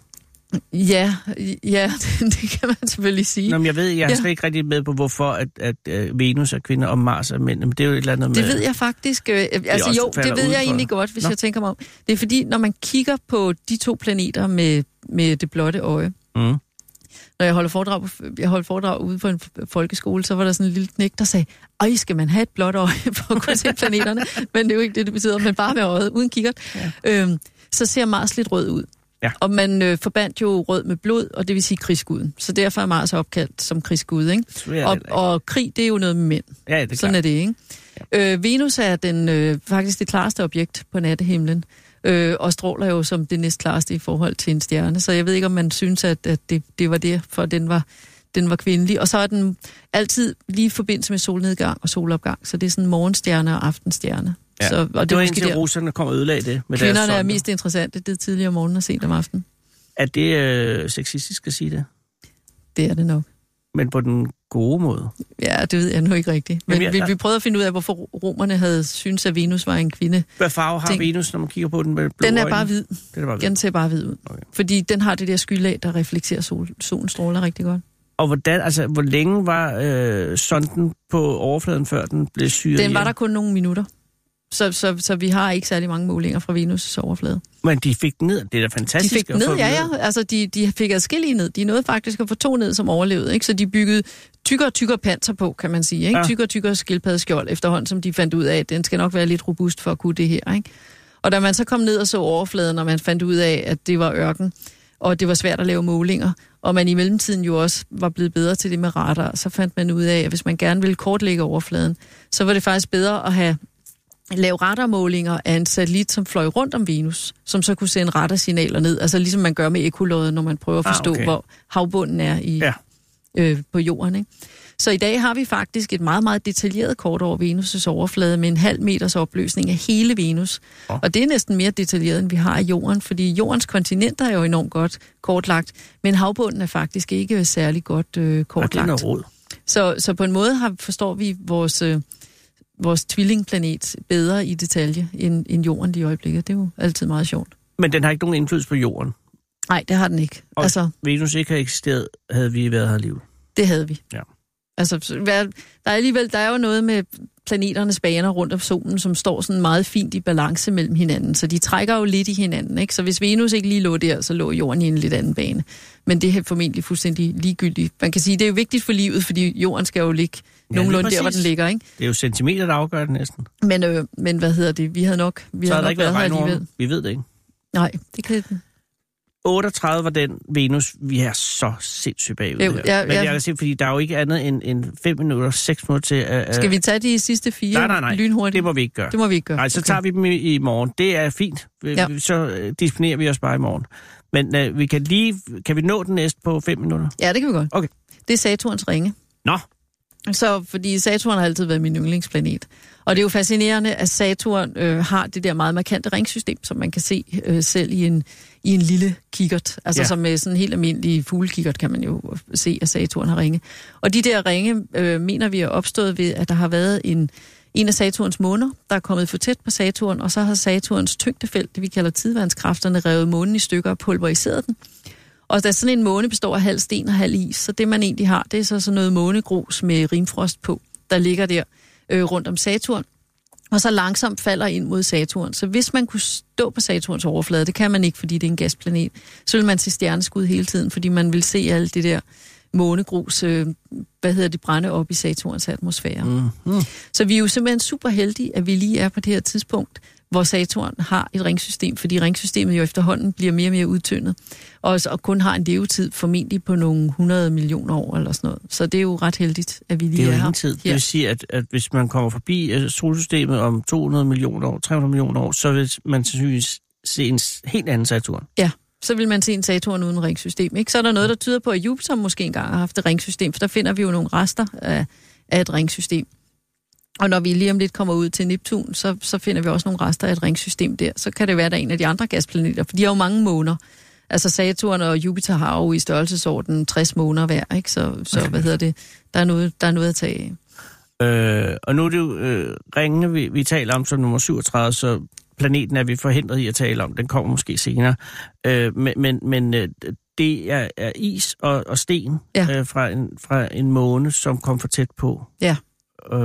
Ja, ja, det, det kan man selvfølgelig sige. Nå, men jeg ved, jeg er ja. slet ikke rigtig med på, hvorfor at, at, at Venus er kvinder og Mars er mænd. Men det er jo et eller andet med... Det ved jeg faktisk. Øh, altså det jo, det ved jeg egentlig godt, hvis Nå. jeg tænker mig om. Det er fordi, når man kigger på de to planeter med, med det blotte øje, mm. når jeg holder foredrag, på, jeg holdt foredrag ude på en folkeskole, så var der sådan en lille knæk, der sagde, ej, skal man have et blåt øje for at kunne se planeterne? Men det er jo ikke det, det betyder, men bare med øjet, uden kikkert. Ja. Øhm, så ser Mars lidt rød ud. Ja. Og man øh, forbandt jo rød med blod, og det vil sige krigsguden. Så derfor er Mars opkaldt som krigsgud, ikke? Og, og krig, det er jo noget med mænd. Ja, det er Sådan klart. er det, ikke? Ja. Øh, Venus er den, øh, faktisk det klareste objekt på nattehimlen, øh, og stråler jo som det næstklareste i forhold til en stjerne. Så jeg ved ikke, om man synes, at, at det, det var det, for den var, den var kvindelig. Og så er den altid lige i forbindelse med solnedgang og solopgang. Så det er sådan morgenstjerne og aftenstjerne. Ja. Så, og det, det var indtil russerne kom og ødelagde det med kvinderne er mest interessante, det er tidligere om morgenen og sent om aftenen. Er det øh, sexistisk at sige det? Det er det nok. Men på den gode måde. Ja, det ved jeg nu ikke rigtigt. Men Jamen, jeg, vi, vi prøvede at finde ud af, hvorfor romerne havde syntes, at Venus var en kvinde. Hvad farve har Tænk, Venus, når man kigger på den med blå Den er øjne? bare hvid. Den er bare hvid. Den ser bare hvid ud. Okay. Fordi den har det der skylag, der reflekterer sol, solens stråler rigtig godt. Og hvordan, altså, hvor længe var øh, sonden på overfladen, før den blev syret? Den var der kun nogle minutter. Så, så, så vi har ikke særlig mange målinger fra Venus' overflade. Men de fik den ned, det er da fantastisk. De fik den ned, ja, ja. Altså, de, de fik adskillige ned. De nåede faktisk at få to ned, som overlevede, ikke? Så de byggede tykkere og tykkere panser på, kan man sige, ikke? Ja. Tykkere og tykkere skildpaddeskjold efterhånden, som de fandt ud af, at den skal nok være lidt robust for at kunne det her, ikke? Og da man så kom ned og så overfladen, og man fandt ud af, at det var ørken, og det var svært at lave målinger, og man i mellemtiden jo også var blevet bedre til det med radar, så fandt man ud af, at hvis man gerne ville kortlægge overfladen, så var det faktisk bedre at have lave radarmålinger af en satellit, som fløj rundt om Venus, som så kunne sende radarsignaler ned, altså ligesom man gør med ekkoloddet, når man prøver at forstå, ah, okay. hvor havbunden er i, ja. øh, på jorden, ikke? Så i dag har vi faktisk et meget, meget detaljeret kort over Venus' overflade med en halv meters opløsning af hele Venus. Oh. Og det er næsten mere detaljeret, end vi har af jorden, fordi jordens kontinenter er jo enormt godt kortlagt, men havbunden er faktisk ikke særlig godt øh, kortlagt. Og det er noget råd. Så, så på en måde har, forstår vi vores, øh, vores tvillingplanet bedre i detalje end, end jorden i øjeblikket. Det er jo altid meget sjovt. Men den har ikke nogen indflydelse på jorden? Nej, det har den ikke. Og altså, Venus ikke har eksisteret, havde vi været her livet? Det havde vi. Ja. Altså, der er alligevel, der er jo noget med planeternes baner rundt om solen, som står sådan meget fint i balance mellem hinanden, så de trækker jo lidt i hinanden, ikke? Så hvis Venus ikke lige lå der, så lå jorden i en lidt anden bane. Men det er formentlig fuldstændig ligegyldigt. Man kan sige, det er jo vigtigt for livet, fordi jorden skal jo ligge ja, nogenlunde der, hvor den ligger, ikke? Det er jo centimeter, der afgør det næsten. Men, øh, men hvad hedder det? Vi havde nok, vi så havde nok nok været her alligevel. Vi ved det ikke. Nej, det kan det. otteogtredive var den Venus, vi er så sindssygt bagud her. Ja, ja. Men jeg kan se, fordi der er jo ikke andet end, end fem minutter, seks minutter til... Uh, Skal vi tage de sidste fire nej, nej, nej. lynhurtigt? Det må vi ikke gøre. Det må vi ikke gøre. Nej, så okay. tager vi dem i, i morgen. Det er fint. Ja. Så uh, disponerer vi os bare i morgen. Men uh, vi kan lige... Kan vi nå den næste på fem minutter? Ja, det kan vi godt. Okay. Det er Saturns ringe. Nå. Så, fordi Saturn har altid været min yndlingsplanet. Og det er jo fascinerende, at Saturn øh, har det der meget markante ringsystem, som man kan se øh, selv i en, i en lille kikkert. Altså ja. Som med sådan en helt almindelig fuglekikkert kan man jo se, at Saturn har ringe. Og de der ringe øh, mener vi er opstået ved, at der har været en, en af Saturns måner, der er kommet for tæt på Saturn, og så har Saturns tyngdefelt, det vi kalder tidevandskræfterne, revet månen i stykker og pulveriseret den. Og da sådan en måne består af halv sten og halv is, så det man egentlig har, det er så sådan noget månegrus med rimfrost på, der ligger der øh, rundt om Saturn, og så langsomt falder ind mod Saturn. Så hvis man kunne stå på Saturns overflade, det kan man ikke, fordi det er en gasplanet, så vil man se stjerneskud hele tiden, fordi man vil se alt det der månegrus, øh, hvad hedder det, brænde op i Saturns atmosfære. Mm-hmm. Så vi er jo simpelthen super heldige, at vi lige er på det her tidspunkt, hvor Saturn har et ringsystem, fordi ringsystemet jo efterhånden bliver mere og mere udtyndet, og, og kun har en levetid formentlig på nogle hundrede millioner år eller sådan noget. Så det er jo ret heldigt, at vi lige er her. Det er jo ingen tid. Det vil sige, at, at hvis man kommer forbi solsystemet om to hundrede millioner år, tre hundrede millioner år, så vil man sandsynligvis se en helt anden Saturn. Ja, så vil man se en Saturn uden ringsystem, ikke? Så er der noget, der tyder på, at Jupiter måske engang har haft et ringsystem, for der finder vi jo nogle rester af, af et ringsystem. Og når vi lige om lidt kommer ud til Neptun, så, så finder vi også nogle rester af et ringsystem der. Så kan det være, der er en af de andre gasplaneter, for de har jo mange måner. Altså Saturn og Jupiter har jo i størrelsesorden tres måneder hver, ikke? Så, så hvad hedder det? Der er noget, der er noget at tage af. Øh, og nu er det jo øh, ringene, vi, vi taler om som nummer syvogtredive, så planeten er vi forhindret i at tale om. Den kommer måske senere. Øh, men men, men øh, det er, er is og, og sten ja. øh, fra, en, fra en måne, som kom for tæt på. Ja. Øh,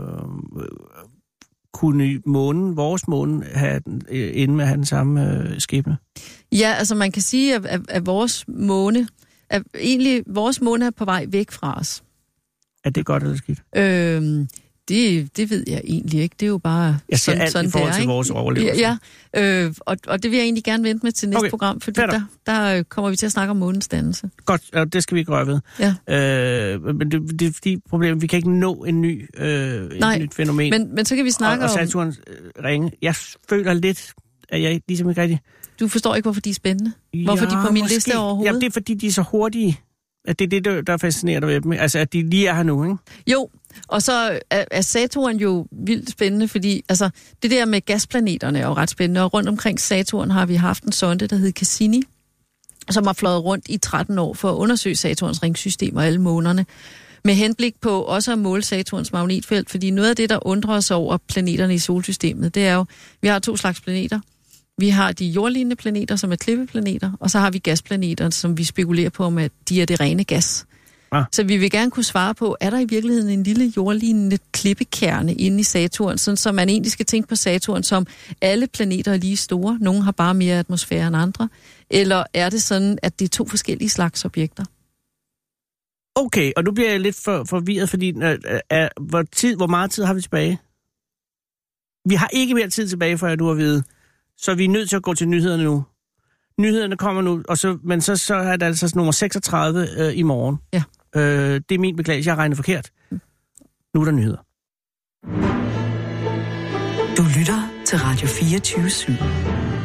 kunne månen, vores måne, have øh, ende med at have den samme øh, skæbne? Ja, altså man kan sige, at, at, at vores måne, at egentlig vores måne er på vej væk fra os. Er det godt eller skidt? Øh, det, det ved jeg egentlig ikke. Det er jo bare jeg sådan, alt sådan i forhold der, til ikke? vores overlevelse. Ja, øh, og, og det vil jeg egentlig gerne vente med til næste okay. program, fordi der, der kommer vi til at snakke om månens dannelse. Godt, og det skal vi ikke røre ved. Ja. Øh, men det, det er fordi problemet, vi kan ikke nå en ny, øh, et Nej, nyt fænomen. Men, men så kan vi snakke og, om... Og Saturns øh, ringe. Jeg føler lidt, at jeg ligesom ikke rigtig... Du forstår ikke, hvorfor de er spændende? Hvorfor ja, de er på min måske. liste overhovedet? Ja, det er fordi, de er så hurtige. At det er det, der fascinerer dig ved dem. Altså, at de lige er her nu, ikke? Jo, og så er, er Saturn jo vildt spændende, fordi altså, det der med gasplaneterne er jo ret spændende, og rundt omkring Saturn har vi haft en sonde, der hed Cassini, som har fløjet rundt i tretten år for at undersøge Saturns ringsystem og alle månerne, med henblik på også at måle Saturns magnetfelt, fordi noget af det, der undrer os over planeterne i solsystemet, det er jo, vi har to slags planeter. Vi har de jordlignende planeter, som er klippeplaneter, og så har vi gasplaneter, som vi spekulerer på, om at de er det rene gas. Ah. Så vi vil gerne kunne svare på, er der i virkeligheden en lille jordlignende klippekerne inde i Saturn, sådan så man egentlig skal tænke på Saturn som alle planeter er lige store, nogle har bare mere atmosfære end andre, eller er det sådan, at det er to forskellige slags objekter? Okay, og nu bliver jeg lidt for, forvirret, fordi øh, øh, hvor, tid, hvor meget tid har vi tilbage? Vi har ikke mere tid tilbage, for jeg nu har vide, så vi er nødt til at gå til nyhederne nu. Nyhederne kommer nu, og så, men så, så er det altså nummer seksogtredive øh, i morgen. Ja. Øh, det er min beklagelse, jeg har regnet forkert. Mm. Nu er der nyheder. Du lytter til Radio fireogtyve syv.